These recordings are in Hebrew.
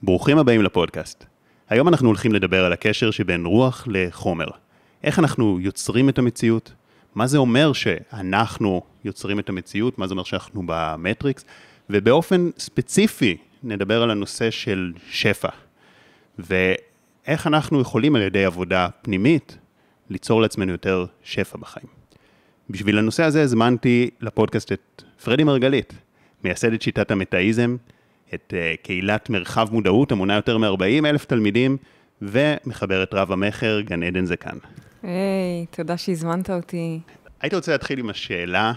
ברוכים הבאים לפודקאסט. היום אנחנו הולכים לדבר על הקשר שבין רוח לחומר. איך אנחנו יוצרים את המציאות? מה זה אומר שאנחנו יוצרים את המציאות? מה זה אומר שאנחנו במטריקס? ובאופן ספציפי נדבר על הנושא של שפע. ואיך אנחנו יכולים על ידי עבודה פנימית ליצור לעצמנו יותר שפע בחיים. בשביל הנושא הזה הזמנתי לפודקאסט את פרדי מרגלית, מייסדת שיטת המטאיזם, את קהילת מרחב מודעות, המונה יותר מ-40,000 תלמידים, ומחברת רב המחר, גן עדן זה כאן. היי, תודה שהזמנת אותי. הייתי רוצה להתחיל עם השאלה,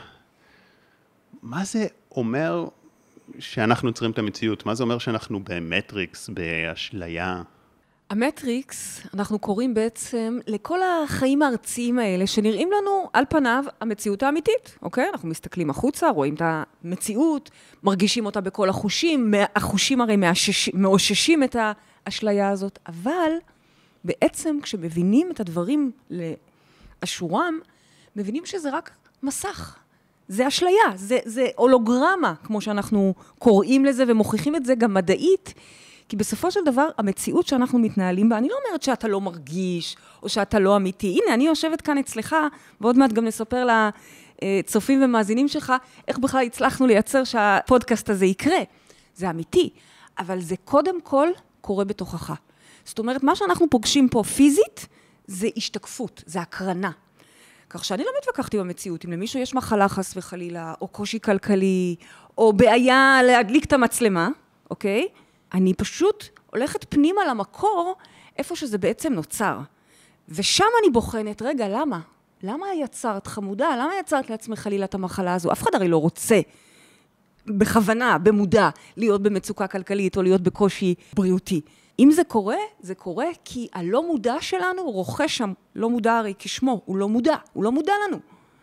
מה זה אומר שאנחנו יוצרים את המציאות? מה זה אומר שאנחנו במטריקס, באשליה? המטריקס, אנחנו קוראים בעצם לכל החיים הארציים האלה, שנראים לנו על פניו המציאות האמיתית, אוקיי? אנחנו מסתכלים החוצה, רואים את המציאות, מרגישים אותה בכל החושים, החושים הרי מאוששים את האשליה הזאת, אבל בעצם כשמבינים את הדברים לאשורם, מבינים שזה רק מסך. זה אשליה, זה הולוגרמה, כמו שאנחנו קוראים לזה ומוכיחים את זה גם מדעית, כי בסופו של דבר, המציאות שאנחנו מתנהלים בה, אני לא אומרת שאתה לא מרגיש, או שאתה לא אמיתי. הנה, אני יושבת כאן אצלך, ועוד מעט גם נספר לצופים ומאזינים שלך, איך בכלל הצלחנו לייצר שהפודקאסט הזה יקרה. זה אמיתי, אבל זה קודם כל קורה בתוכך. זאת אומרת, מה שאנחנו פוגשים פה פיזית, זה השתקפות, זה הקרנה. כך שאני לא מתווכחתי במציאות, אם למישהו יש מחלה חס וחלילה, או קושי כלכלי, או בעיה להדליק את המצלמה, אוקיי? אני פשוט הולכת פנימה למקור, איפה שזה בעצם נוצר. ושם אני בוחנת, רגע, למה? למה יצרת חמודה? למה יצרת לעצמך חלילה את המחלה הזו? אף אחד הרי לא רוצה בכוונה, במודע, להיות במצוקה כלכלית או להיות בקושי בריאותי. אם זה קורה כי הלא מודע שלנו רוכש שם, לא מודע הרי כשמו, הוא לא מודע לנו.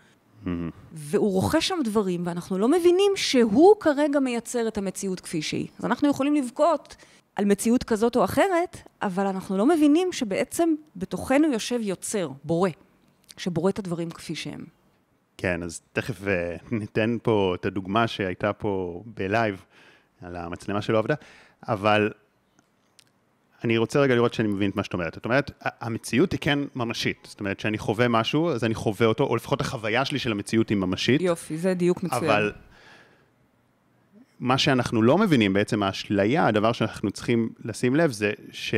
והוא רוכש שם דברים, ואנחנו לא מבינים שהוא כרגע מייצר את המציאות כפי שהיא. אז אנחנו יכולים לבכות על מציאות כזאת או אחרת, אבל אנחנו לא מבינים שבעצם בתוכנו יושב יוצר, בורא, שבורא את הדברים כפי שהם. כן, אז תכף ניתן פה את הדוגמה שהייתה פה בלייב, על המצלמה שלא עבדה, אבל אני רוצה רגע לראות שאני מבין את מה שאת אומרת. זאת אומרת, המציאות היא כן ממשית. זאת אומרת, שאני חווה משהו, אז אני חווה אותו, או לפחות החוויה שלי של המציאות היא ממשית. יופי, זה דיוק מצוין. אבל מה שאנחנו לא מבינים, בעצם האשליה, הדבר שאנחנו צריכים לשים לב, זה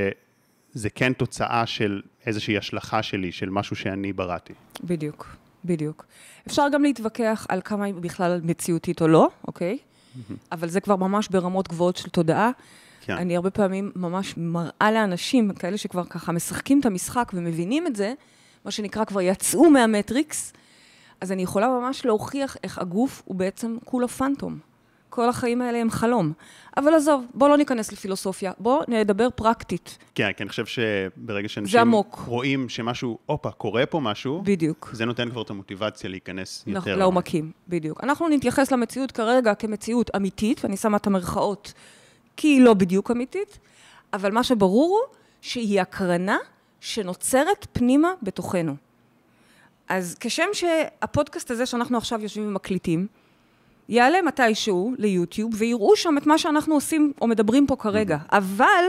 שזה כן תוצאה של איזושהי השלכה שלי, של משהו שאני בראתי. בדיוק, בדיוק. אפשר גם להתווכח על כמה היא בכלל מציאותית או לא, אוקיי? אבל זה כבר ממש ברמות גבוהות של תודעה. כן. אני הרבה פעמים ממש מראה לאנשים, כאלה שכבר ככה משחקים את המשחק ומבינים את זה, מה שנקרא כבר יצאו מהמטריקס, אז אני יכולה ממש להוכיח איך הגוף הוא בעצם כולו פנטום. כל החיים האלה הם חלום. אבל עזוב, בוא לא ניכנס לפילוסופיה, בוא נדבר פרקטית. כן, כי אני חושב שברגע שאנשים רואים שמשהו, קורה פה משהו, בדיוק. זה נותן כבר את המוטיבציה להיכנס יותר. לעומקים, בדיוק. אנחנו נתייחס למציאות כרגע כמציאות אמיתית, ואני שמה את המרכאות, כי היא לא בדיוק אמיתית, אבל מה שברור הוא שהיא הקרנה שנוצרת פנימה בתוכנו. אז כשם שהפודקאסט הזה שאנחנו עכשיו יושבים ומקליטים, יעלה מתישהו ליוטיוב ויראו שם את מה שאנחנו עושים או מדברים פה כרגע, אבל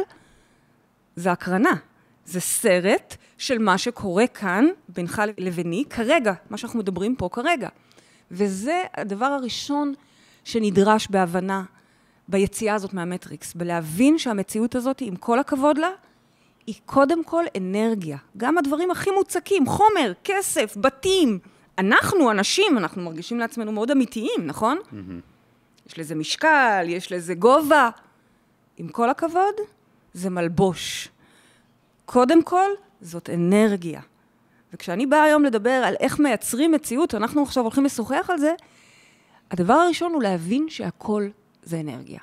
זה הקרנה, זה סרט של מה שקורה כאן בינך לביני כרגע, מה שאנחנו מדברים פה כרגע. וזה הדבר הראשון שנדרש בהבנה ביציאה הזאת מהמטריקס, בלהבין שהמציאות הזאת, עם כל הכבוד לה, היא קודם כל אנרגיה. גם הדברים הכי מוצקים, חומר, כסף, בתים. אנחנו, אנשים, אנחנו מרגישים לעצמנו מאוד אמיתיים, נכון? יש לזה משקל, יש לזה גובה. עם כל הכבוד, זה מלבוש. קודם כל, זאת אנרגיה. וכשאני באה היום לדבר על איך מייצרים מציאות, אנחנו עכשיו הולכים לשוחח על זה, הדבר הראשון הוא להבין שהכל זה אנרגיה.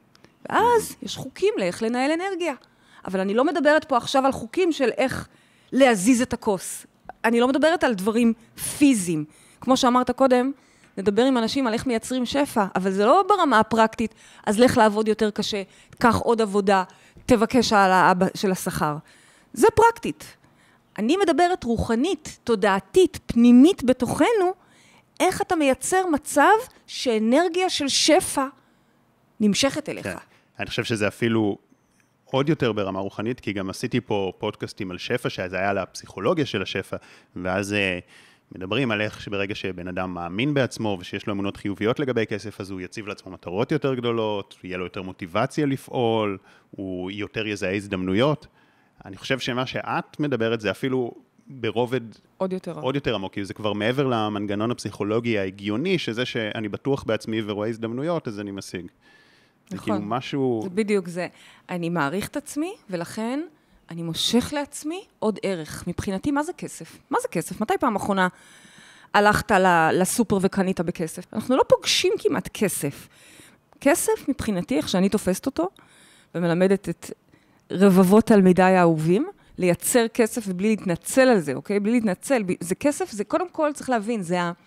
ואז יש חוקים לאיך לנהל אנרגיה. אבל אני לא מדברת פה עכשיו על חוקים של איך להזיז את הכוס. אני לא מדברת על דברים פיזיים. כמו שאמרת קודם, נדבר עם אנשים על איך מייצרים שפע, אבל זה לא ברמה הפרקטית, אז לך לעבוד יותר קשה, קח עוד עבודה, תבקש העלאה של השכר. זה פרקטית. אני מדברת רוחנית, תודעתית, פנימית בתוכנו, איך אתה מייצר מצב שאנרגיה של שפע נמשכת אליך. כן. אני חושב שזה אפילו עוד יותר ברמה רוחנית, כי גם עשיתי פה פודקאסטים על שפע, שזה היה על הפסיכולוגיה של השפע, ואז מדברים על איך שברגע שבן אדם מאמין בעצמו, ושיש לו אמונות חיוביות לגבי כסף, אז הוא יציב לעצמו מטרות יותר גדולות, יהיה לו יותר מוטיבציה לפעול, הוא יותר יזהה הזדמנויות. אני חושב שמה שאת מדברת זה אפילו ברובד עוד יותר עמוק, כי זה כבר מעבר למנגנון הפסיכולוגי ההגיוני, שזה שאני בטוח בעצמי ורואה הזדמנויות, אז אני משיג. זה כאילו משהו... זה בדיוק זה. אני מעריך את עצמי, ולכן אני מושך לעצמי עוד ערך. מבחינתי, מה זה כסף? מה זה כסף? מתי פעם אחרונה הלכת לסופר וקנית בכסף? אנחנו לא פוגשים כמעט כסף. כסף, מבחינתי, איך שאני תופסת אותו, ומלמדת את רבבות תלמידיי האהובים, לייצר כסף ובלי להתנצל על זה, אוקיי? בלי להתנצל. זה כסף, זה קודם כל צריך להבין,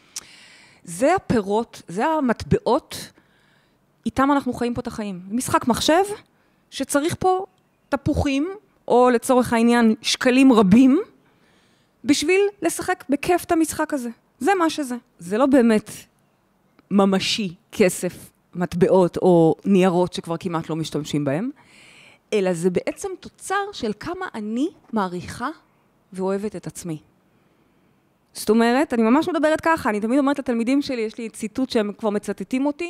זה הפירות, זה המטבעות, איתם אנחנו חיים פה את החיים. משחק מחשב, שצריך פה תפוחים, או לצורך העניין שקלים רבים, בשביל לשחק בכיף את המשחק הזה. זה מה שזה. זה לא באמת ממשי, כסף, מטבעות או ניירות שכבר כמעט לא משתמשים בהם, אלא זה בעצם תוצר של כמה אני מעריכה ואוהבת את עצמי. זאת אומרת, אני ממש מדברת ככה, אני תמיד אומרת לתלמידים שלי, יש לי ציטוט שהם כבר מצטטים אותי,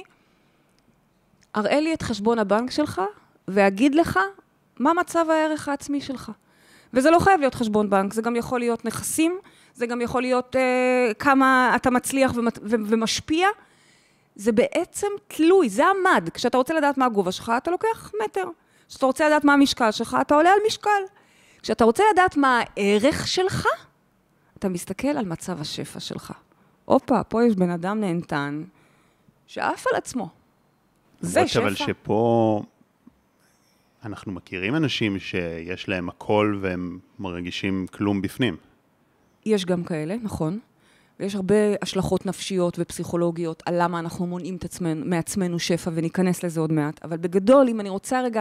הראה לי את חשבון הבנק שלך, ואגיד לך מה מצב הערך העצמי שלך. וזה לא חייב להיות חשבון בנק, זה גם יכול להיות נכסים, זה גם יכול להיות כמה אתה מצליח ומשפיע, זה בעצם תלוי, זה המד. כשאתה רוצה לדעת מה הגובה שלך, אתה לוקח מטר. כשאתה רוצה לדעת מה המשקל שלך, אתה עולה על משקל. כשאתה רוצה לדעת מה הערך שלך, אתה מסתכל על מצב השפע שלך. הופה, פה יש בן אדם נהנתן, שעף על עצמו. זה שפע. אבל שפה אנחנו מכירים אנשים שיש להם הכל והם מרגישים כלום בפנים. יש גם כאלה, נכון. ויש הרבה השלכות נפשיות ופסיכולוגיות על למה אנחנו מונעים מעצמנו שפע, וניכנס לזה עוד מעט. אבל בגדול, אם אני רוצה רגע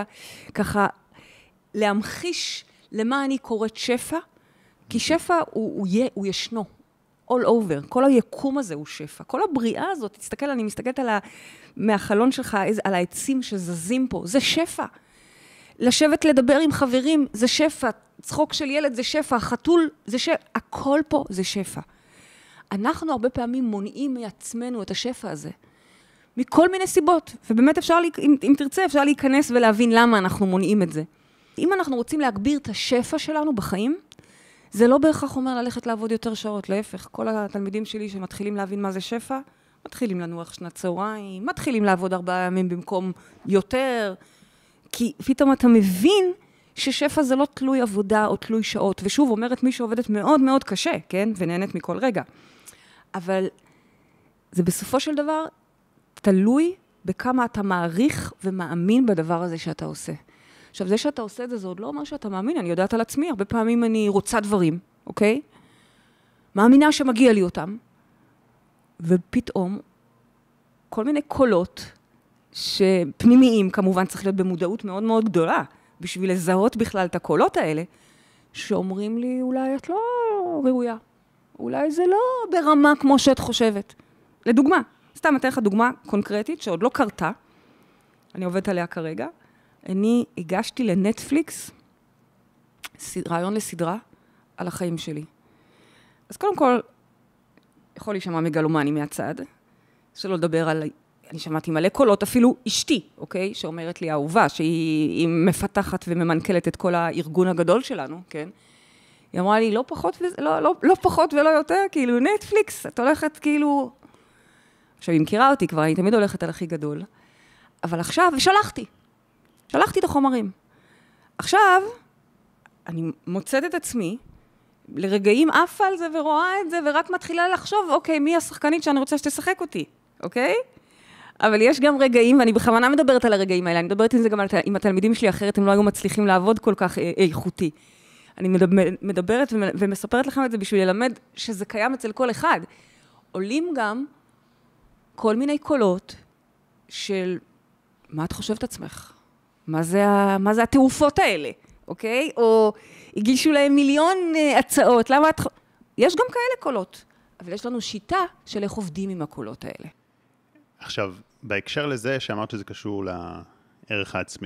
להמחיש למה אני קוראת שפע, כי שפע הוא ישנו, all over, כל היקום הזה הוא שפע. כל הבריאה הזאת, תסתכל, אני מסתכלת מהחלון שלך, על העצים שזזים פה, זה שפע. לשבת לדבר עם חברים, זה שפע. צחוק של ילד זה שפע, חתול זה שפע, הכל פה זה שפע. אנחנו הרבה פעמים מונעים מעצמנו את השפע הזה, מכל מיני סיבות, ובאמת אפשר, אם תרצה, אפשר להיכנס ולהבין למה אנחנו מונעים את זה. אם אנחנו רוצים להגביר את השפע שלנו בחיים, זה לא בהכרח אומר ללכת לעבוד יותר שעות, להפך, כל התלמידים שלי שמתחילים להבין מה זה שפע, מתחילים לנוח שנת צהריים, מתחילים לעבוד 4 ימים במקום יותר, כי פתאום אתה מבין ששפע זה לא תלוי עבודה או תלוי שעות, ושוב אומרת מי שעובדת מאוד מאוד קשה, כן? ונהנית מכל רגע. אבל זה בסופו של דבר תלוי בכמה אתה מעריך ומאמין בדבר הזה שאתה עושה. עכשיו, זה שאתה עושה את זה, זה עוד לא אומר שאתה מאמין, אני יודעת על עצמי, הרבה פעמים אני רוצה דברים, אוקיי? מאמינה שמגיע לי אותם, ופתאום כל מיני קולות שפנימיים, כמובן צריך להיות במודעות מאוד מאוד גדולה, בשביל לזהות בכלל את הקולות האלה, שאומרים לי, אולי את לא ראויה, אולי זה לא ברמה כמו שאת חושבת. לדוגמה, סתם אתן לך דוגמה קונקרטית שעוד לא קרתה, אני עובדת עליה כרגע, אני הגשתי לנטפליקס רעיון לסדרה על החיים שלי. אז קודם כל, יכול להישמע מגלומני מהצד, שלא לדבר על, אני שמעתי מלא קולות, אפילו אשתי, אוקיי? שאומרת לי האהובה, שהיא מפתחת וממנכלת את כל הארגון הגדול שלנו, כן? היא אמרה לי, לא פחות ולא יותר, כאילו, נטפליקס, את הולכת כאילו... עכשיו, היא מכירה אותי כבר, אני תמיד הולכת על הכי גדול. אבל עכשיו, שלחתי את החומרים. עכשיו, אני מוצאת את עצמי, לרגעים אף על זה ורואה את זה, ורק מתחילה לחשוב, אוקיי, מי השחקנית שאני רוצה שתשחק אותי, אוקיי? אבל יש גם רגעים, ואני בכוונה מדברת על הרגעים האלה, אני מדברת עם זה גם עם התלמידים שלי, אחרת הם לא היו מצליחים לעבוד כל כך איכותי. אני מדברת ומספרת לכם את זה בשביל ללמד שזה קיים אצל כל אחד. עולים גם כל מיני קולות של מה את חושבת עצמך? מה זה התעופות האלה, אוקיי? או הגישו להם מיליון הצעות, למה את... יש גם כאלה קולות, אבל יש לנו שיטה של איך עובדים עם הקולות האלה. עכשיו, בהקשר לזה שאמרת שזה קשור לערך העצמי,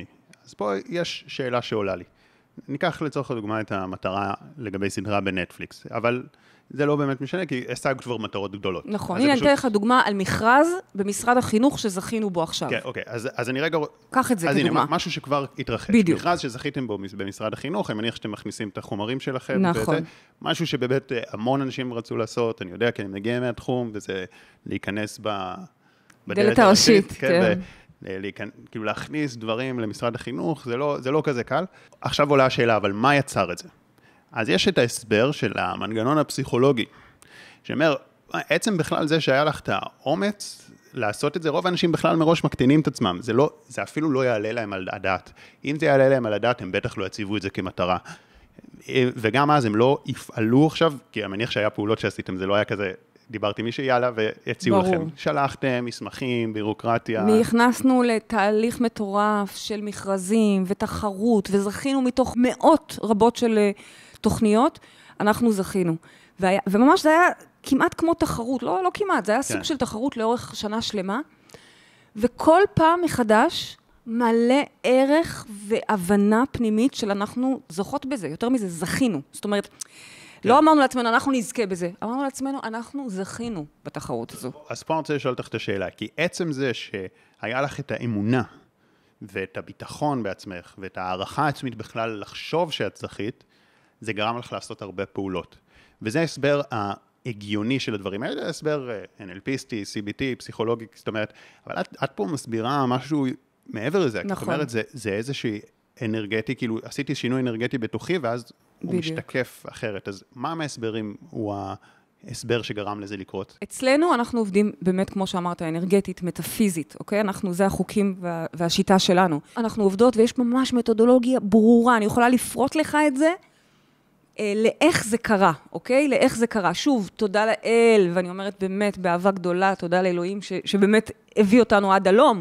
אז פה יש שאלה שעולה לי. ניקח לצורך הדוגמה את המטרה לגבי סדרה בנטפליקס, אבל זה לא באמת משנה, כי השגנו כבר מטרות גדולות. נכון, הנה אני אתן לך דוגמה על מכרז במשרד החינוך שזכינו בו עכשיו. כן, אוקיי, אז אני רגע... קח את זה כדוגמה. אז הנה, משהו שכבר התרחש. בדיוק. מכרז שזכיתם בו במשרד החינוך, אני מניח שאתם מכניסים את החומרים שלכם. נכון. משהו שבאמת המון אנשים רצו לעשות, אני יודע, כי אני מגיע מהתחום, וזה להיכנס בדלת הראשית, כן. כאילו להכניס דברים למשרד החינוך, זה לא כזה קל. עכשיו עולה השאלה, אבל מה יצר את זה? אז יש את ההסבר של המנגנון הפסיכולוגי, שאומר, עצם בכלל זה שהיה לך את האומץ לעשות את זה, רוב האנשים בכלל מראש מקטינים את עצמם, זה אפילו לא יעלה להם על הדעת. אם זה יעלה להם על הדעת, הם בטח לא יציבו את זה כמטרה. וגם אז הם לא יפעלו עכשיו, כי אני מניח שהיה פעולות שעשיתם, זה לא היה כזה, דיברתי מישהו, יאללה, והציעו לכם. שלחתם, מסמכים, בירוקרטיה. נכנסנו לתהליך מטורף של מכרזים ותחרות, וזכינו מתוך מאות רבות של תוכניות, אנחנו זכינו. וממש זה היה כמעט כמו תחרות, לא כמעט, זה היה סוג של תחרות לאורך שנה שלמה, וכל פעם מחדש מלא ערך והבנה פנימית של אנחנו זוכות בזה, יותר מזה זכינו. זאת אומרת, לא אמרנו לעצמנו, אנחנו נזכה בזה. אמרנו לעצמנו, אנחנו זכינו בתחרות הזו. אז פה אני רוצה לשאול אותך את השאלה, כי עצם זה שהיה לך את האמונה, ואת הביטחון בעצמך, ואת הערכה העצמית בכלל לחשוב שאת זכית, זה גרם לך לעשות הרבה פעולות. וזה הסבר ההגיוני של הדברים האלה, זה הסבר NLPיסטי, CBT, פסיכולוגי, זאת אומרת, אבל את פה מסבירה משהו מעבר לזה. נכון. זאת אומרת, זה איזושהי אנרגטי, כאילו עשיתי שינוי אנרגטי בתוכי, ואז הוא משתקף אחרת. אז מה מההסברים הוא ההסבר שגרם לזה לקרות? אצלנו אנחנו עובדים באמת, כמו שאמרת, אנרגטית, מטאפיזית, אוקיי? זה החוקים והשיטה שלנו. אנחנו עובדות ויש ממש מתודולוגיה ברורה, אני יכולה לפרוט לך את זה, לאיך זה קרה, אוקיי? לאיך זה קרה. שוב, תודה לאל, ואני אומרת באמת באהבה גדולה, תודה לאלוהים שבאמת הביא אותנו עד הלום.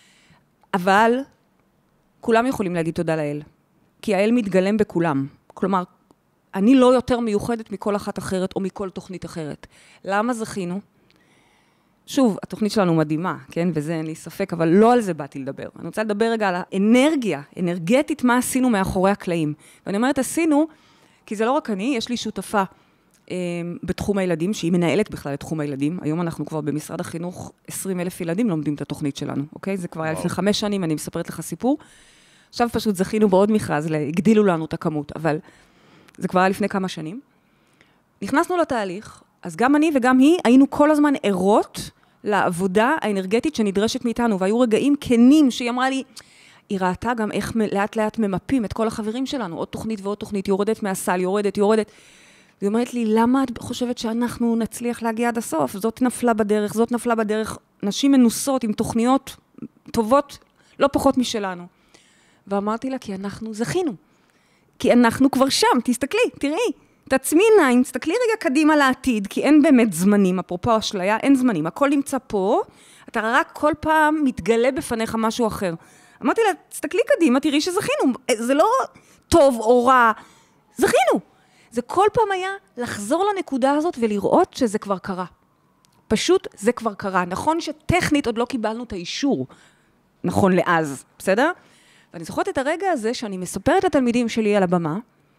אבל כולם יכולים להגיד תודה לאל, כי האל מתגלם בכולם. כלומר, אני לא יותר מיוחדת מכל אחת אחרת או מכל תוכנית אחרת. למה זכינו? שוב, התוכנית שלנו מדהימה, כן? וזה אין לי ספק, אבל לא על זה באתי לדבר. אני רוצה לדבר רגע על האנרגיה, אנרגטית, מה עשינו מאחורי הקלעים. ואני אומרת, עשינו, כי זה לא רק אני, יש לי שותפה בתחום הילדים, שהיא מנהלת בכלל את תחום הילדים. היום אנחנו כבר במשרד החינוך, 20,000 ילדים לומדים את התוכנית שלנו, אוקיי? זה כבר היה לפני 5 שנים, אני מספרת לך סיפור. עכשיו פשוט זכינו בעוד מכרז, הגדילו לנו את הכמות, אבל זה כבר היה לפני כמה שנים. נכנסנו לתהליך, אז גם אני וגם היא היינו כל הזמן ערות לעבודה האנרגטית שנדרשת מאיתנו, והיו רגעים כנים שהיא אמרה לי, היא ראתה גם איך לאט לאט ממפים את כל החברים שלנו, עוד תוכנית ועוד תוכנית, יורדת מהסל, יורדת. והיא אומרת לי, למה את חושבת שאנחנו נצליח להגיע עד הסוף? זאת נפלה בדרך, נשים מנוסות עם תוכניות טובות, לא פחות משלנו. ואמרתי לה, כי אנחנו זכינו. כי אנחנו כבר שם, תסתכלי, תראי, תעצמי עיניים, תסתכלי רגע קדימה לעתיד, כי אין באמת זמנים, אפרופו אשליה, אין זמנים, הכל נמצא פה, אתה רק כל פעם מתגלה בפניך משהו אחר. אמרתי לה, תסתכלי קדימה, תראי שזכינו, זה לא טוב או רע, זכינו. זה כל פעם היה לחזור לנקודה הזאת ולראות שזה כבר קרה. פשוט זה כבר קרה. נכון שטכנית עוד לא קיבלנו את האישור, נכון לאז, בסדר? ואני זוכרת את הרגע הזה שאני מספרת לתלמידים שלי על הבמה,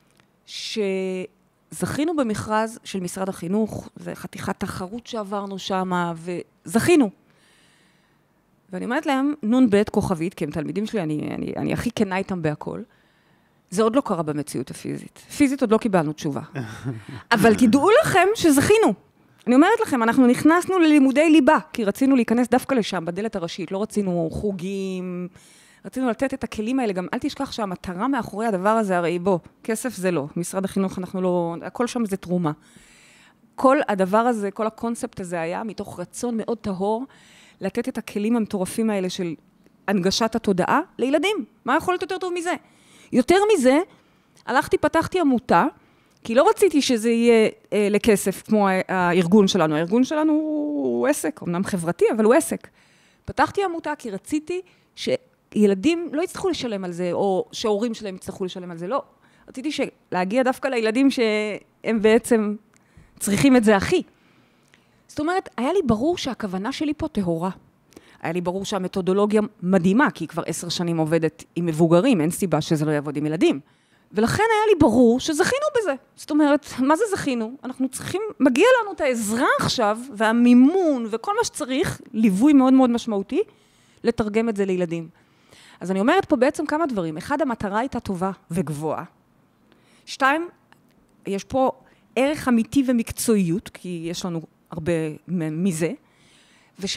שזכינו במכרז של משרד החינוך, זה חתיכת תחרות שעברנו שם, וזכינו. ואני אומרת להם, נון בית כוכבית, כי הם תלמידים שלי, אני הכי כנה איתם בהכל, זה עוד לא קרה במציאות הפיזית. פיזית עוד לא קיבלנו תשובה. אבל תדעו לכם שזכינו. אני אומרת לכם, אנחנו נכנסנו ללימודי ליבה, כי רצינו להיכנס דווקא לשם, בדלת הראשית, לא רצינו חוגים, רצינו לתת את הכלים האלה, גם אל תשכח שהמטרה מאחורי הדבר הזה, הרי בוא, כסף זה לא, משרד החינוך אנחנו לא, הכל שם זה תרומה. כל הדבר הזה, כל הקונספט הזה היה מתוך רצון מאוד טהור, לתת את הכלים המטורפים האלה של הנגשת התודעה לילדים. מה יכול להיות יותר טוב מזה? יותר מזה, פתחתי עמותה, כי לא רציתי שזה יהיה לכסף כמו הארגון שלנו. הארגון שלנו הוא עסק, אמנם חברתי, אבל הוא עסק. פתחתי עמותה כי רציתי שילדים לא יצטרכו לשלם על זה, או שההורים שלהם יצטרכו לשלם על זה, לא. רציתי להגיע דווקא לילדים שהם בעצם צריכים את זה הכי. זאת אומרת, היה לי ברור שהכוונה שלי פה טהורה. היה לי ברור שהמתודולוגיה מדהימה, כי היא כבר 10 שנים עובדת עם מבוגרים, אין סיבה שזה לא יעבוד עם ילדים. ולכן היה לי ברור שזכינו בזה. זאת אומרת, מה זה זכינו? אנחנו צריכים, מגיע לנו את העזרה עכשיו, והמימון וכל מה שצריך, ליווי מאוד מאוד משמעותי, לתרגם את זה לילדים. אז אני אומרת פה בעצם כמה דברים. אחד, המטרה הייתה טובה וגבוהה. 2, יש פה ערך אמיתי ומקצועיות, כי יש לנו הרבה מזה. ו3,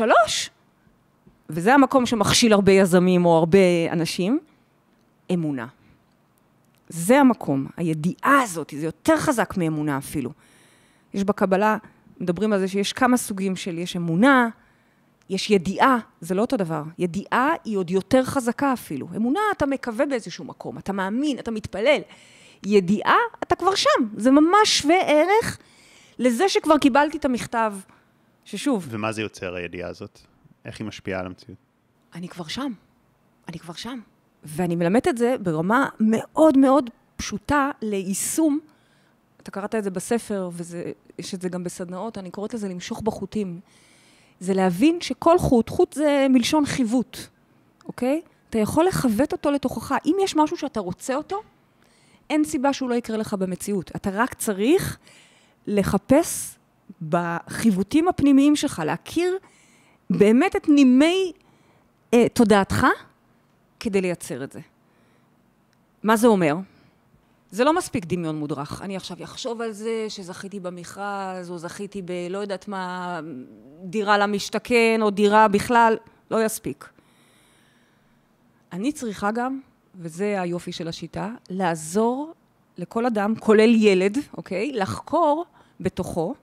וזה המקום שמכשיל הרבה יזמים או הרבה אנשים, אמונה. זה המקום, הידיעה הזאת, זה יותר חזק מאמונה אפילו. יש בקבלה, מדברים על זה שיש כמה סוגים יש אמונה, יש ידיעה, זה לא אותו דבר. ידיעה היא עוד יותר חזקה אפילו. אמונה, אתה מקווה באיזשהו מקום, אתה מאמין, אתה מתפלל. ידיעה, אתה כבר שם. זה ממש שווה ערך לזה שכבר קיבלתי את המכתב, ששוב. ומה זה יוצר הידיעה הזאת? איך היא משפיעה על המציאות? אני כבר שם. ואני מלמדת את זה ברמה מאוד מאוד פשוטה ליישום. אתה קראת את זה בספר, ויש את זה גם בסדנאות, אני קוראת לזה למשוך בחוטים. זה להבין שכל חוט זה מלשון חיווט, אוקיי? אתה יכול לחוות אותו לתוכך. אם יש משהו שאתה רוצה אותו, אין סיבה שהוא לא יקרה לך במציאות. אתה רק צריך לחפש בחיווטים הפנימיים שלך, להכיר באמת את נימי תודעתך, כדי לייצר את זה. מה זה אומר? זה לא מספיק דמיון מודרך. אני עכשיו אחשוב על זה שזכיתי במכרז, או זכיתי לא יודעת מה, דירה למשתכן, או דירה בכלל, לא יספיק. אני צריכה גם, וזה היופי של השיטה, לעזור לכל אדם, כולל ילד, אוקיי? לחקור בתוכו,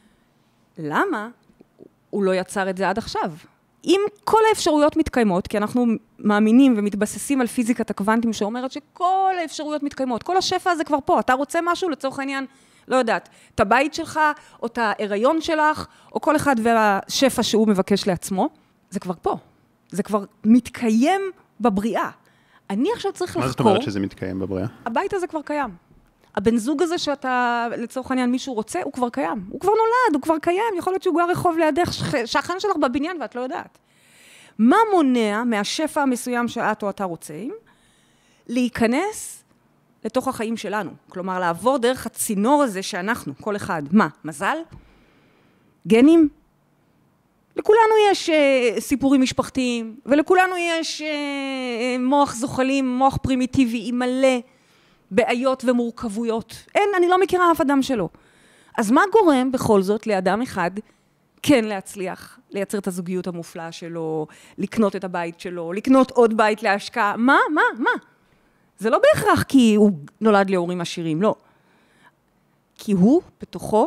למה הוא לא יצר את זה עד עכשיו? אם כל האפשרויות מתקיימות, כי אנחנו מאמינים ומתבססים על פיזיקת הקוונטים שאומרת שכל האפשרויות מתקיימות, כל השפע הזה כבר פה, אתה רוצה משהו לצורך העניין, לא יודעת, את הבית שלך, או את ההיריון שלך, או כל אחד והשפע שהוא מבקש לעצמו, זה כבר פה. זה כבר מתקיים בבריאה. אני עכשיו צריך לחקור. מה זאת אומרת שזה מתקיים בבריאה? הבית הזה כבר קיים. הבן זוג הזה שאתה, לצורך העניין, מישהו רוצה, הוא כבר קיים. הוא כבר נולד, הוא כבר קיים. יכול להיות שהוא גר רחוב לידך, שכן שלך בבניין ואת לא יודעת. מה מונע מהשפע המסוים שאת או אתה רוצים, להיכנס לתוך החיים שלנו? כלומר, לעבור דרך הצינור הזה שאנחנו, כל אחד. מה? מזל? גנים? לכולנו יש סיפורים משפחתיים, ולכולנו יש מוח זוחלים, מוח פרימיטיבי, עם מלא בעיות ומורכבויות. אין, אני לא מכירה אף אדם שלו. אז מה גורם בכל זאת לאדם אחד כן להצליח, לייצר את הזוגיות המופלאה שלו, לקנות את הבית שלו, לקנות עוד בית להשקעה? מה? זה לא בהכרח כי הוא נולד להורים עשירים, לא. כי הוא בתוכו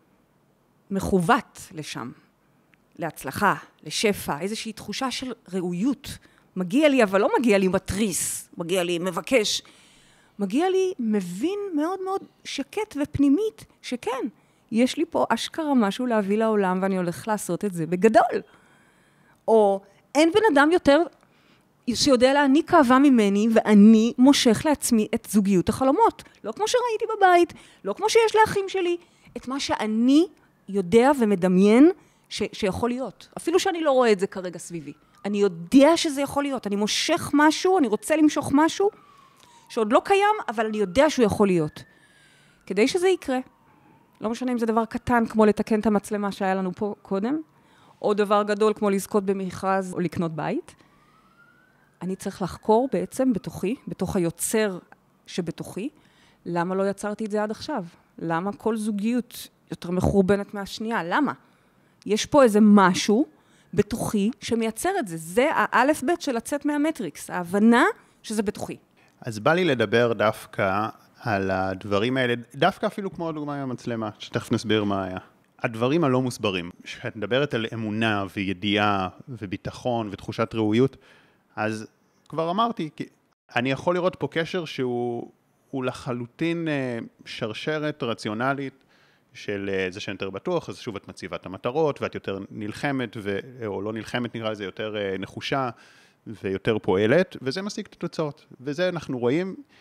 מכוות לשם, להצלחה, לשפע, איזושהי תחושה של ראויות. מגיע לי, אבל לא מגיע לי מטריס, מגיע לי מבקש, מגיע לי מבין מאוד מאוד שקט ופנימית, שכן, יש לי פה אשכרה משהו להביא לעולם, ואני הולך לעשות את זה בגדול. או אין בן אדם יותר שיודע להעניק אהבה ממני, ואני מושך לעצמי את זוגיות החלומות. לא כמו שראיתי בבית, לא כמו שיש לאחים שלי, את מה שאני יודע ומדמיין שיכול להיות. אפילו שאני לא רואה את זה כרגע סביבי. אני יודע שזה יכול להיות. אני מושך משהו, אני רוצה למשוך משהו, שעוד לא קיים, אבל אני יודע שהוא יכול להיות. כדי שזה יקרה, לא משנה אם זה דבר קטן, כמו לתקן את המצלמה שהיה לנו פה קודם, או דבר גדול כמו לזכות במכרז או לקנות בית, אני צריך לחקור בעצם בתוכי, בתוך היוצר שבתוכי, למה לא יצרתי את זה עד עכשיו? למה כל זוגיות יותר מחורבנת מהשנייה? למה? יש פה איזה משהו בתוכי שמייצר את זה. זה האלף בית של לצאת מהמטריקס, ההבנה שזה בתוכי. אז בא לי לדבר דווקא על הדברים האלה, דווקא אפילו כמו הדוגמה עם המצלמה, שתכף נסביר מה היה. הדברים הלא מוסברים, שאת מדברת על אמונה וידיעה וביטחון ותחושת ראויות, אז כבר אמרתי, אני יכול לראות פה קשר שהוא לחלוטין שרשרת רציונלית של זה שיותר בטוח, אז שוב את מציבה את המטרות, ואת יותר נלחמת, או לא נלחמת נראה לזה, יותר נחושה ויותר פועלת, וזה משיג את התוצאות. וזה אנחנו רואים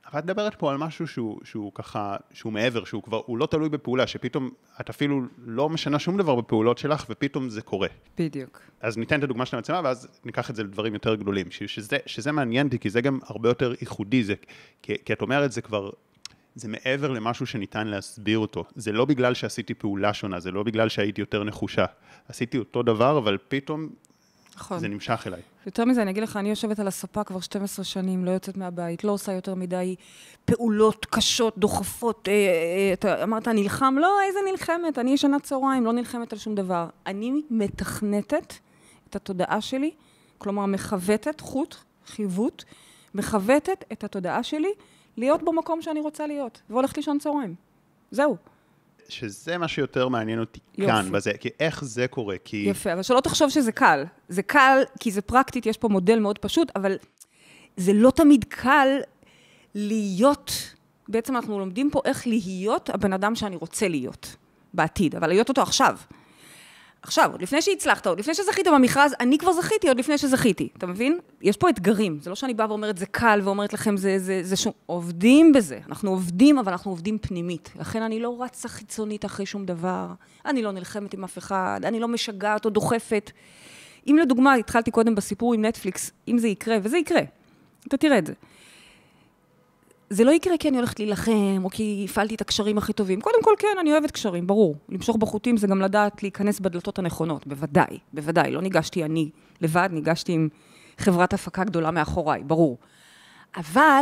אבל את מדברת פה על משהו שהוא ככה, שהוא מעבר, הוא לא תלוי בפעולה, שפתאום את אפילו לא משנה שום דבר בפעולות שלך, ופתאום זה קורה. בדיוק. אז ניתן את הדוגמה של המצלמה, ואז ניקח את זה לדברים יותר גדולים, שזה מעניין אותי, כי זה גם הרבה יותר ייחודי, כי את אומרת, זה מעבר למשהו שניתן להסביר אותו. זה לא בגלל שעשיתי פעולה שונה, זה לא בגלל שהייתי יותר נחושה. עשיתי אותו דבר, אבל פתאום זה נמשך אליי. יותר מזה, אני אגיד לך, אני יושבת על הספה כבר 12 שנים, לא יוצאת מהבית, לא עושה יותר מדי פעולות קשות, דוחפות. אתה אמרת, נלחם? לא, איזה נלחמת? אני ישנה צהריים, לא נלחמת על שום דבר. אני מתכנתת את התודעה שלי, כלומר, מחוותת, חיווט, מחוותת את התודעה שלי, להיות במקום שאני רוצה להיות, והולכת לישון צהריים. זהו. שזה מה שיותר מעניין אותי כאן, בזה, כי איך זה קורה, כי... יפה, אבל שלא תחשוב שזה קל. זה קל, כי זה פרקטית, יש פה מודל מאוד פשוט, אבל זה לא תמיד קל להיות, בעצם אנחנו לומדים פה איך להיות הבן אדם שאני רוצה להיות בעתיד, אבל להיות אותו עכשיו. עכשיו, עוד לפני שהצלחת, עוד לפני שזכית במכרז, אני כבר זכיתי, עוד לפני שזכיתי. אתה מבין? יש פה אתגרים. זה לא שאני באה ואומרת, זה קל, ואומרת לכם, זה שום... עובדים בזה. אנחנו עובדים, אבל אנחנו עובדים פנימית. לכן אני לא רצה חיצונית אחרי שום דבר. אני לא נלחמת עם אף אחד. אני לא משגעת או דוחפת. אם לדוגמה, התחלתי קודם בסיפור עם נטפליקס, אם זה יקרה, וזה יקרה. אתה תראה את זה. זה לא יקרה כי אני הולכת להילחם, או כי הפעלתי את הקשרים הכי טובים. קודם כל, כן, אני אוהבת קשרים, ברור. למשוך בחוטים זה גם לדעת להיכנס בדלתות הנכונות, בוודאי, בוודאי. לא ניגשתי אני לבד, ניגשתי עם חברת הפקה גדולה מאחוריי, ברור. אבל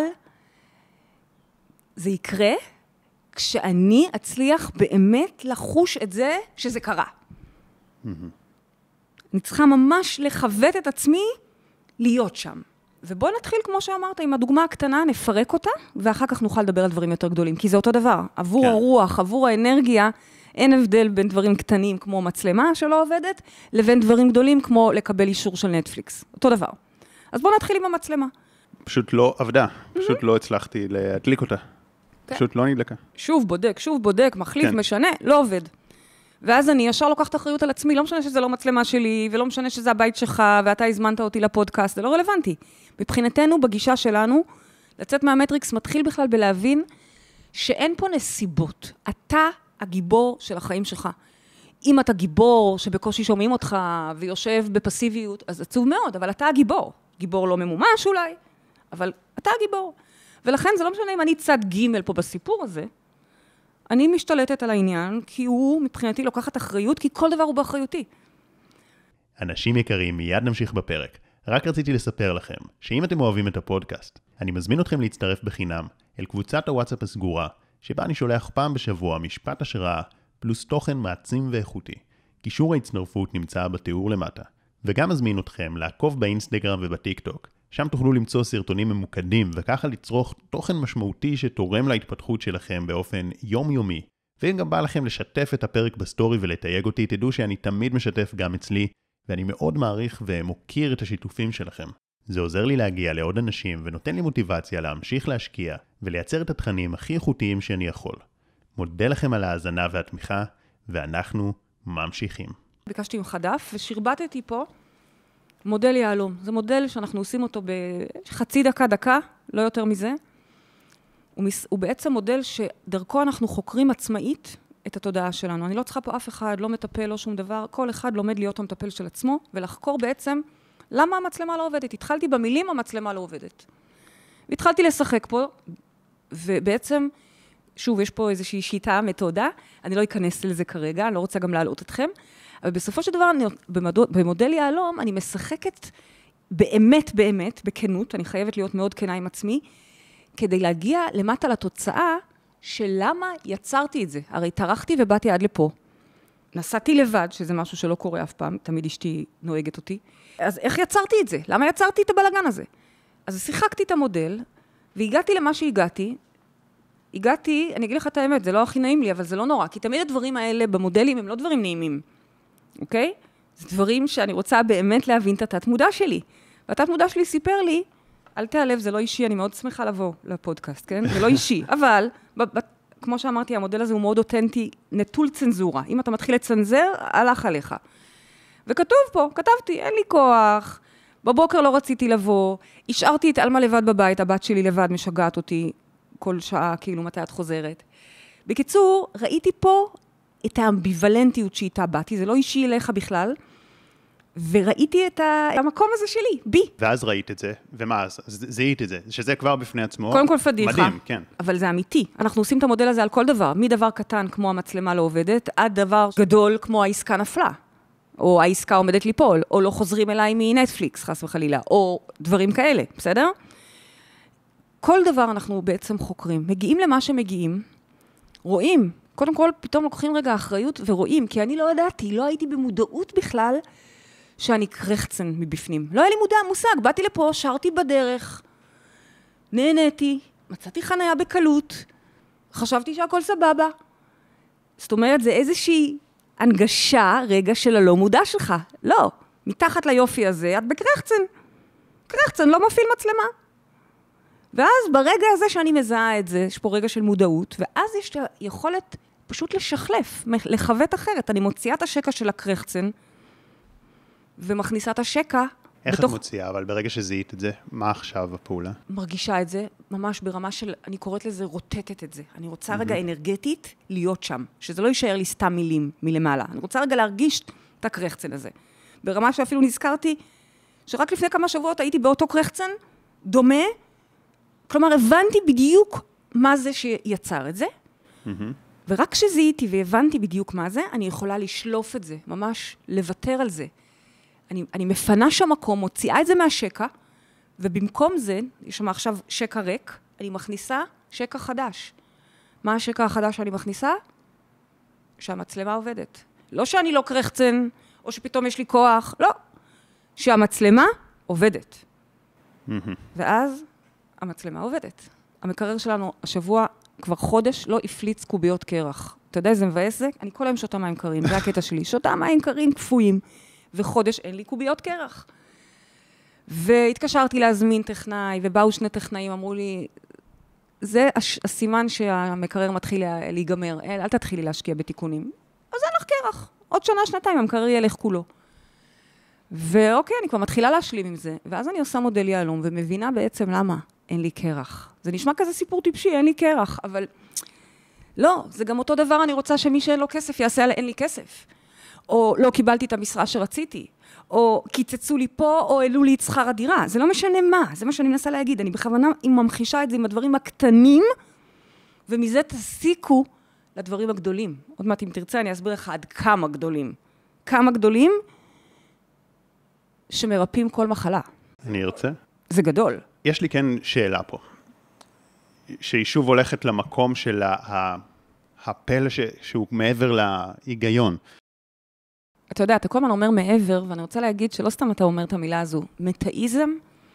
זה יקרה כשאני אצליח באמת לחוש את זה שזה קרה. אני צריכה ממש לכוות את עצמי להיות שם. ובוא נתחיל, כמו שאמרת, עם הדוגמה הקטנה, נפרק אותה, ואחר כך נוכל לדבר על דברים יותר גדולים, כי זה אותו דבר. עבור הרוח, עבור האנרגיה, אין הבדל בין דברים קטנים כמו מצלמה שלא עובדת, לבין דברים גדולים כמו לקבל אישור של נטפליקס. אותו דבר. אז בוא נתחיל עם המצלמה. פשוט לא עבדה, פשוט לא הצלחתי להדליק אותה. פשוט לא נדלקה. שוב בודק, מחליף, משנה, לא עובד. ואז אני ישר לוקחת אחריות על עצמי, לא משנה שזה לא מצלמה שלי, ולא משנה שזה הבית שלך, ואתה הזמנת אותי לפודקאסט, זה לא רלוונטי. מבחינתנו, בגישה שלנו, לצאת מהמטריקס מתחיל בכלל בלהבין שאין פה נסיבות. אתה הגיבור של החיים שלך. אם אתה גיבור שבקושי שומעים אותך ויושב בפסיביות, אז עצוב מאוד, אבל אתה הגיבור. גיבור לא ממומש אולי, אבל אתה הגיבור. ולכן זה לא משנה אם אני צד ג' פה בסיפור הזה, אני משתלטת על העניין, כי הוא מבחינתי לוקחת אחריות, כי כל דבר הוא באחריותי. אנשים יקרים, מיד נמשיך בפרק. רק רציתי לספר לכם, שאם אתם אוהבים את הפודקאסט, אני מזמין אתכם להצטרף בחינם אל קבוצת הוואטסאפ הסגורה, שבה אני שולח פעם בשבוע משפט השראה, פלוס תוכן מעצים ואיכותי. קישור ההצטרפות נמצא בתיאור למטה. וגם מזמין אתכם לעקוב באינסטגרם ובטיק טוק. שם תוכלו למצוא סרטונים ממוקדים, וככה לצרוך תוכן משמעותי שתורם להתפתחות שלכם באופן יומיומי. ואם גם בא לכם לשתף את הפרק בסטורי ולתייג אותי, תדעו שאני תמיד משתף גם אצלי, ואני מאוד מעריך ומוקיר את השיתופים שלכם. זה עוזר לי להגיע לעוד אנשים ונותן לי מוטיבציה להמשיך להשקיע ולייצר את התכנים הכי איכותיים שאני יכול. מודה לכם על ההאזנה והתמיכה, ואנחנו ממשיכים. ביקשתי ממך דף ושרבטתי פה מודל יעלום. זה מודל שאנחנו עושים אותו בחצי דקה, לא יותר מזה. הוא בעצם מודל שדרכו אנחנו חוקרים עצמאית את התודעה שלנו. אני לא צריכה פה אף אחד, לא מטפל, לא שום דבר. כל אחד לומד להיות המטפל של עצמו, ולחקור בעצם למה המצלמה לא עובדת. התחלתי במילים, המצלמה לא עובדת. והתחלתי לשחק פה, ובעצם, שוב, יש פה איזושהי שיטה, מתודה. אני לא אכנס לזה כרגע, אני לא רוצה גם להעלות אתכם. אבל בסופו של דבר, במודל יעלום, אני משחקת באמת, בכנות, אני חייבת להיות מאוד כנה עם עצמי, כדי להגיע למטה לתוצאה של למה יצרתי את זה. הרי טרחתי ובאתי עד לפה. נסעתי לבד, שזה משהו שלא קורה אף פעם, תמיד אשתי נוהגת אותי. אז איך יצרתי את זה? למה יצרתי את הבלגן הזה? אז שיחקתי את המודל, והגעתי למה שהגעתי. אני אגיד לך את האמת, זה לא הכי נעים לי, אבל זה לא נורא, כי תמיד הדברים האלה במודלים הם לא דברים נעימים. אוקיי? זה דברים שאני רוצה באמת להבין את התת-מודע שלי. והתת-מודע שלי סיפר לי, אל תעלב, זה לא אישי, אני מאוד שמחה לבוא לפודקאסט, כן? זה לא אישי. אבל, כמו שאמרתי, המודל הזה הוא מאוד אותנטי, נטול צנזורה. אם אתה מתחיל לצנזר, הלך עליך. וכתוב פה, כתבתי, אין לי כוח, בבוקר לא רציתי לבוא, השארתי את אלמה לבד בבית, הבת שלי לבד משגעת אותי. כל שעה, כאילו מתי את חוזרת. בקיצור, ראיתי פה את האמביוולנטיות שאיתה באתי, זה לא אישי אליך בכלל, וראיתי את המקום הזה שלי, בי. ואז ראית את זה, ומה אז? זיהית את זה, שזה כבר בפני עצמו. קודם כל פדיחה. מדהים, כן. אבל זה אמיתי. אנחנו עושים את המודל הזה על כל דבר, מדבר קטן כמו המצלמה לא עובדת, עד דבר גדול כמו העסקה נפלה, או העסקה עומדת ליפול, או לא חוזרים אליי מנטפליקס, חס וחלילה, או דברים כאלה, בסדר? כל דבר אנחנו בעצם חוקרים. מגיעים למה שמגיעים, רואים, קודם כל פתאום לוקחים רגע אחריות ורואים, כי אני לא ידעתי, לא הייתי במודעות בכלל, שאני קרחצן מבפנים. לא היה לי מושג, באתי לפה, שרתי בדרך, נהניתי, מצאתי חניה בקלות, חשבתי שהכל סבבה. זאת אומרת, זה איזושהי הנגשה, רגע של הלא מודע שלך. לא, מתחת ליופי הזה, את בקרחצן. קרחצן לא מפעיל מצלמה. ואז ברגע הזה שאני מזהה את זה, יש פה רגע של מודעות, ואז יש יכולת פשוט לשחלף, לחוות אחרת. אני מוציאה את השקע של הקרחצן, ומכניסה את השקע. איך את מוציאה? אבל ברגע שזיהית את זה, מה עכשיו הפעולה? מרגישה את זה, ממש ברמה של, אני קוראת לזה, רוטטת את זה. אני רוצה רגע אנרגטית להיות שם, שזה לא יישאר לי סתם מילים מלמעלה. אני רוצה רגע להרגיש את הקרחצן הזה. ברמה שאפילו נזכרתי, שרק לפני כמה שבועות הייתי באותו קרחצן, דומה, כלומר, הבנתי בדיוק מה זה שיצר את זה, ורק כשזיהיתי והבנתי בדיוק מה זה, אני יכולה לשלוף את זה, ממש לוותר על זה. אני מפנה שם מקום, מוציאה את זה מהשקע, ובמקום זה, יש שם עכשיו שקע ריק, אני מכניסה שקע חדש. מה השקע החדש שאני מכניסה? שהמצלמה עובדת. לא שאני לא קרחצן, או שפתאום יש לי כוח, לא. שהמצלמה עובדת. ואז המצלמה עובדת. המקרר שלנו השבוע כבר חודש לא הפליץ קוביות קרח. אתה יודע איזה מבאס זה? אני כל היום שותה מים קרים, זה הקטע שלי. שותה מים קרים כפויים. וחודש אין לי קוביות קרח. והתקשרתי להזמין טכנאי, ובאו שני טכנאים, אמרו לי, זה הסימן שהמקרר מתחיל להיגמר, אל תתחילי להשקיע בתיקונים. אז אין לך קרח. עוד שנה, שנתיים, המקרר ילך כולו. ואוקיי, אני כבר מתחילה להשלים עם זה, ואז אני עושה מודל יהלום, ומבינה בעצם למה אין לי קרח. זה נשמע כזה סיפור טיפשי, אין לי קרח, אבל לא, זה גם אותו דבר, אני רוצה שמי שאין לו כסף יעשה על אין לי כסף. או לא קיבלתי את המשרה שרציתי, או קיצצו לי פה, או העלו לי את שכר הדירה. זה לא משנה מה, זה מה שאני מנסה להגיד. אני בכוונה ממחישה את זה עם הדברים הקטנים, ומזה תסיקו לדברים הגדולים. עוד מעט אם תרצה, אני אסביר לך עד כמה גדולים. כמה גדולים שמרפאים כל מחלה. אני ארצה. זה גדול. יש לי כן שאלה פה, שהיא שוב הולכת למקום של הפלא שהוא מעבר להיגיון. אתה יודע, אתה כל הזמן אומר מעבר, ואני רוצה להגיד שלא סתם אתה אומר את המילה הזו, מטאיזם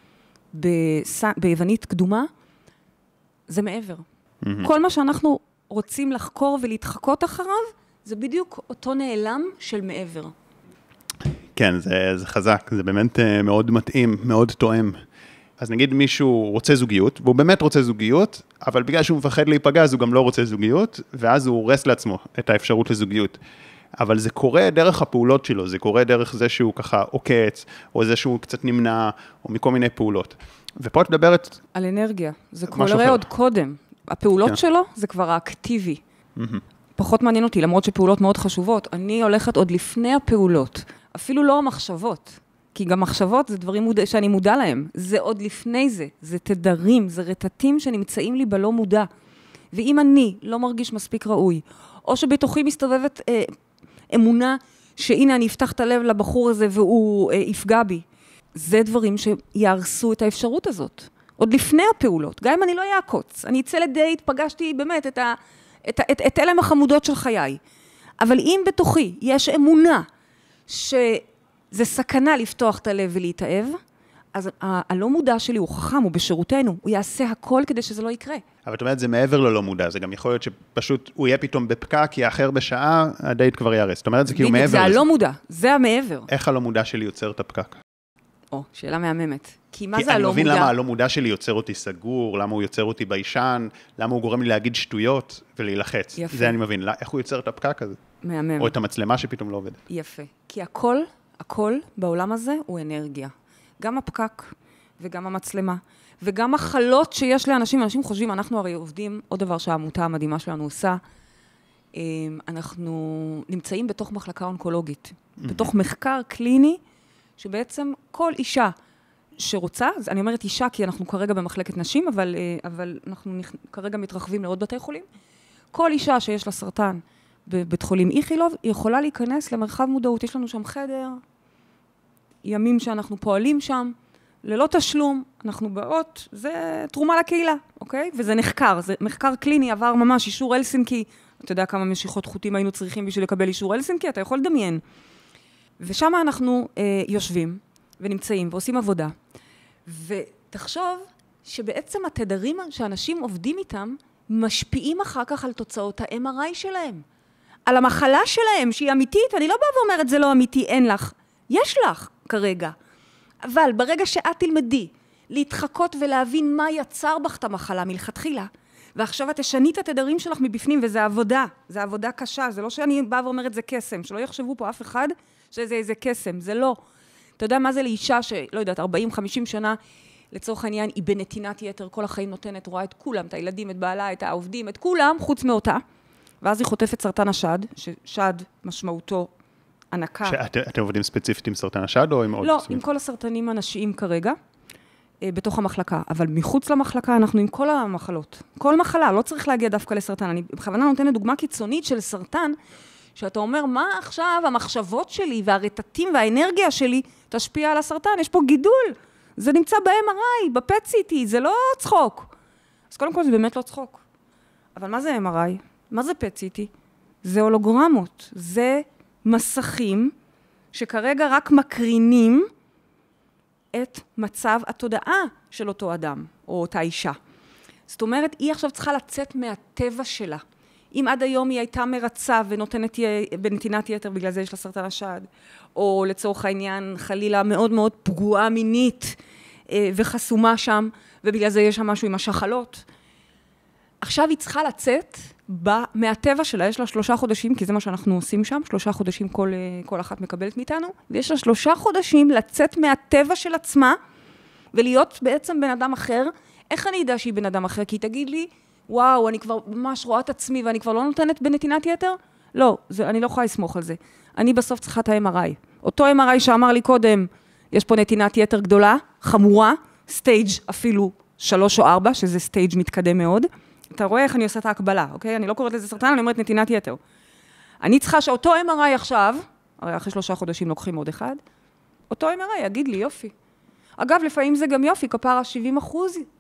ביוונית קדומה, זה מעבר. כל מה שאנחנו רוצים לחקור ולהתחקות אחריו, זה בדיוק אותו נעלם של מעבר. כן, זה חזק, זה באמת מאוד מתאים, מאוד תואם. אז נגיד מישהו רוצה זוגיות, והוא באמת רוצה זוגיות, אבל בגלל שהוא מפחד להיפגע, אז הוא גם לא רוצה זוגיות, ואז הוא הורס לעצמו את האפשרות לזוגיות. אבל זה קורה דרך הפעולות שלו, זה קורה דרך זה שהוא ככה עוקץ, או זה שהוא קצת נמנע, או מכל מיני פעולות. ופה את מדברת... על אנרגיה, זה כנראה עוד קודם. הפעולות שלו זה כבר האקטיבי. פחות מעניין אותי, למרות שפעולות מאוד חשובות. אני הולכת עוד לפני הפעולות, אפילו לא המחשבות, כי גם מחשבות זה דברים שאני מודע להם. זה עוד לפני זה, זה תדרים, זה רטטים שנמצאים לי בלא מודע. ואם אני לא מרגיש מספיק ראוי, או שבתוכי מסתובבת אמונה שהנה אני אפתח את הלב לבחור הזה והוא יפגע בי. זה דברים שיערסו את האפשרות הזאת. עוד לפני הפעולות, גם אם אני לא יעקוץ. אני אצא לדייט, פגשתי באמת את אלם החמודות של חיי. אבל אם בתוכי יש אמונה שזה סכנה לפתוח את הלב ולהתאהב, אז הלא מודע שלי הוא חכם, הוא בשירותנו, הוא יעשה הכל כדי שזה לא יקרה. אבל את אומרת, זה מעבר ללא מודע, זה גם יכול להיות שפשוט הוא יהיה פתאום בפקק, כי האחר בשעה, הדייט כבר יערס. זאת אומרת, זה כאילו מעבר לזה. זה הלא מודע, זה המעבר. איך הלא מודע שלי יוצר את הפקק? שאלה מהממת. כי מה זה הלא מודע? אני מבין למה הלא מודע שלי יוצר אותי סגור, למה הוא יוצר אותי בישן, למה הוא גורם לי להגיד שטויות ולהילחץ. יפה. זה אני מבין. איך הוא יוצר את הפקק הזה? מהמם. או את המצלמה שפתאום לא עובדת. יפה. כי הכל בעולם הזה הוא אנרגיה. גם הפקק וגם המצלמה, וגם מחלות שיש לאנשים, אנשים חושבים, אנחנו הרי עובדים, עוד דבר שהעמותה המדהימה שלנו עושה, אנחנו נמצאים בתוך מחלקה אונקולוגית, בתוך מחקר קליני, שבעצם כל אישה שרוצה, אני אומרת אישה כי אנחנו כרגע במחלקת נשים, אבל אנחנו כרגע מתרחבים לעוד בתי חולים, כל אישה שיש לה סרטן בבית חולים איכילוב, היא יכולה להיכנס למרחב מודעות, יש לנו שם חדר, ימים שאנחנו פועלים שם, ללא תשלום, אנחנו באות, זה תרומה לקהילה, אוקיי? וזה נחקר, זה מחקר קליני, עבר ממש אישור אלסינקי, אתה יודע כמה משיכות חוטים היינו צריכים בשביל לקבל אישור אלסינקי, אתה יכול לדמיין. ושם אנחנו יושבים ונמצאים ועושים עבודה. ותחשוב שבעצם התדרים שאנשים עובדים איתם, משפיעים אחר כך על תוצאות ה-MRI שלהם. על המחלה שלהם, שהיא אמיתית, אני לא באה ואומרת, זה לא אמיתי, אין לך. יש לך כרגע. אבל ברגע שאת תלמדי להתחקות ולהבין מה יצר בך את המחלה מלכתחילה, ועכשיו את תשני את התדרים שלך מבפנים, וזה עבודה, זה עבודה קשה, זה לא שאני באה ואומרת זה קסם, שלא יחשבו פה אף אחד שזה איזה קסם, זה לא. אתה יודע מה זה לאישה שלא יודעת, 40-50 שנה, לצורך העניין, היא בנתינת יתר, כל החיים נותנת, רואה את כולם, את הילדים, את בעלה, את העובדים, את כולם, חוץ מאותה, ואז היא חוטפת סרטן השד, ששד משמעותו ענקה. אתם עובדים ספציפית עם סרטן השד או עם עוד? לא, עם כל הסרטנים הנשיים כרגע, בתוך המחלקה, אבל מחוץ למחלקה אנחנו עם כל המחלות. כל מחלה, לא צריך להגיע דווקא לסרטן. אני בכוונה נותנת דוגמה קיצונית של סרטן, שאתה אומר, מה עכשיו המחשבות שלי והרטטים והאנרגיה שלי תשפיע על הסרטן? יש פה גידול. זה נמצא ב-MRI, ב-PET-CT, זה לא צחוק. אז קודם כל זה באמת לא צחוק. אבל מה זה MRI? מה זה PET-CT? זה הולוגרמות. זה מסכים שכרגע רק מקרינים את מצב התודעה של אותו אדם, או אותה אישה. זאת אומרת, היא עכשיו צריכה לצאת מהטבע שלה. אם עד היום היא הייתה מרצה ונותנת בנתינת יתר, בגלל זה יש לה סרטן השד, או לצורך העניין חלילה מאוד מאוד פגועה מינית וחסומה שם, ובגלל זה יש שם משהו עם השחלות. עכשיו היא צריכה לצאת מהטבע שלה, יש לה 3 חודשים, כי זה מה שאנחנו עושים שם, 3 חודשים כל אחת מקבלת מאיתנו, ויש לה 3 חודשים לצאת מהטבע של עצמה, ולהיות בעצם בן אדם אחר. איך אני יודע שהיא בן אדם אחר? כי היא תגיד לי, וואו, אני כבר ממש רואה את עצמי, ואני כבר לא נותנת בנתינת יתר? לא, אני לא יכולה לסמוך על זה. אני בסוף צריכה את ה-MRI. אותו MRI שאמר לי קודם, יש פה נתינת יתר גדולה, חמורה, סטייג' אפילו 3 או 4, שזה סטייג' מתקדם מאוד. אתה רואה איך אני עושה את ההקבלה, אוקיי? אני לא קוראת לזה סרטן, אני אומרת נתינת יתר. אני צריכה שאותו MRI עכשיו, הרי אחרי 3 חודשים לוקחים עוד אחד, אותו MRI יגיד לי יופי. אגב, לפעמים זה גם יופי, כפרה 70%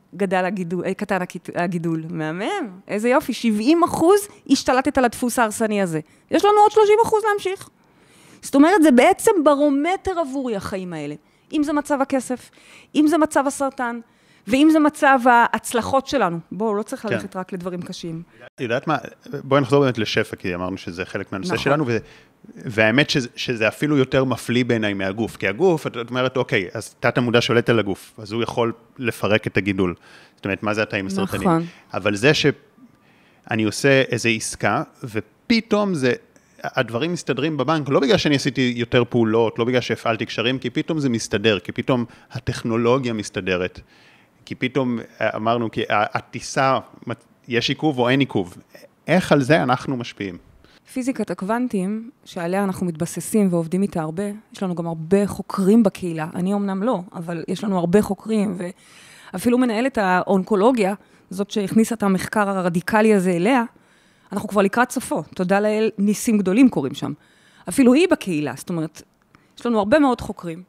קטן הגידול. מהמם, איזה יופי, 70% השתלטת על הדפוס ההרסני הזה. יש לנו עוד 30% להמשיך. זאת אומרת, זה בעצם ברומטר עבורי החיים האלה. אם זה מצב הכסף, אם זה מצב הסרטן, ואם זה מצב ההצלחות שלנו. בואו, לא צריך ללכת רק לדברים קשים. יודעת מה, בואי נחזור באמת לשפע, כי אמרנו שזה חלק מהנושא שלנו, והאמת שזה אפילו יותר מפליא בעיניי מהגוף, כי הגוף, את אומרת, אוקיי, אז תת המודע שולט על הגוף, אז הוא יכול לפרק את הגידול. זאת אומרת, מה זה התאים הסרטנים? נכון. אבל זה שאני עושה איזו עסקה, ופתאום הדברים מסתדרים בבנק, לא בגלל שאני עשיתי יותר פעולות, לא בגלל שהפעלתי קשרים, כי פתאום זה מסתדר, כי פתאום הטכנולוגיה מסתדרת, כי פתאום אמרנו, כי הטיסה, יש עיכוב או אין עיכוב. איך על זה אנחנו משפיעים? פיזיקת הקוונטים, שעליה אנחנו מתבססים ועובדים איתה הרבה, יש לנו גם הרבה חוקרים בקהילה, אני אמנם לא, אבל יש לנו הרבה חוקרים, ואפילו מנהלת האונקולוגיה, זאת שהכניסה את המחקר הרדיקלי הזה אליה, אנחנו כבר לקראת סופו, תודה לאל, ניסים גדולים קורים שם. אפילו היא בקהילה, זאת אומרת, יש לנו הרבה מאוד חוקרים,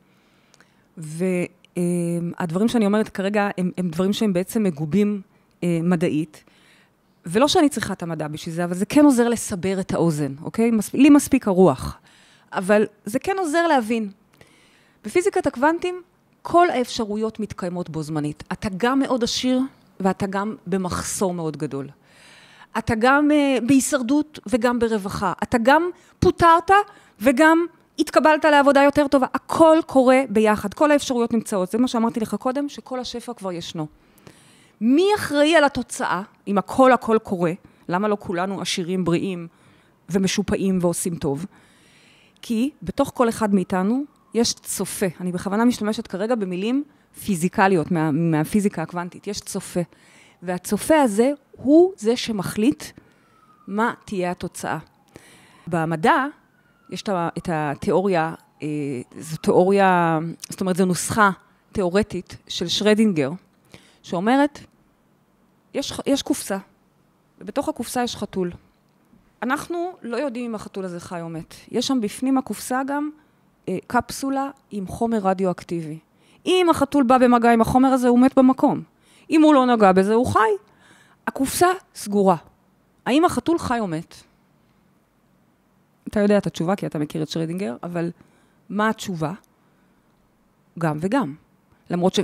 והדברים שאני אומרת כרגע, הם דברים שהם בעצם מגובים מדעית, ולא שאני צריכה את המדע בשביל זה, אבל זה כן עוזר לסבר את האוזן, אוקיי? לי מספיק הרוח, אבל זה כן עוזר להבין. בפיזיקת הקוונטים, כל האפשרויות מתקיימות בו זמנית. אתה גם מאוד עשיר, ואתה גם במחסור מאוד גדול. אתה גם בהישרדות וגם ברווחה. אתה גם פוטרת וגם התקבלת לעבודה יותר טובה. הכל קורה ביחד, כל האפשרויות נמצאות. זה מה שאמרתי לך קודם, שכל השפע כבר ישנו. מי אחראי על התוצאה, אם הכל קורה? למה לא כולנו עשירים, בריאים ומשופעים ועושים טוב? כי בתוך כל אחד מאיתנו יש צופה. אני בכוונה משתמשת כרגע במילים פיזיקליות, מהפיזיקה הקוונטית, יש צופה. והצופה הזה הוא זה שמחליט מה תהיה התוצאה. במדע יש את התיאוריה, זו תיאוריה, זאת אומרת, זו נוסחה תיאורטית של שרדינגר, שאומרת, יש קופסה, ובתוך הקופסה יש חתול. אנחנו לא יודעים אם החתול הזה חי או מת. יש שם בפנים הקופסה גם קפסולה עם חומר רדיואקטיבי. אם החתול בא במגע עם החומר הזה, הוא מת במקום. אם הוא לא נגע בזה, הוא חי. הקופסה סגורה. האם החתול חי או מת? אתה יודע את התשובה, כי אתה מכיר את שרדינגר, אבל מה התשובה? גם וגם. למרות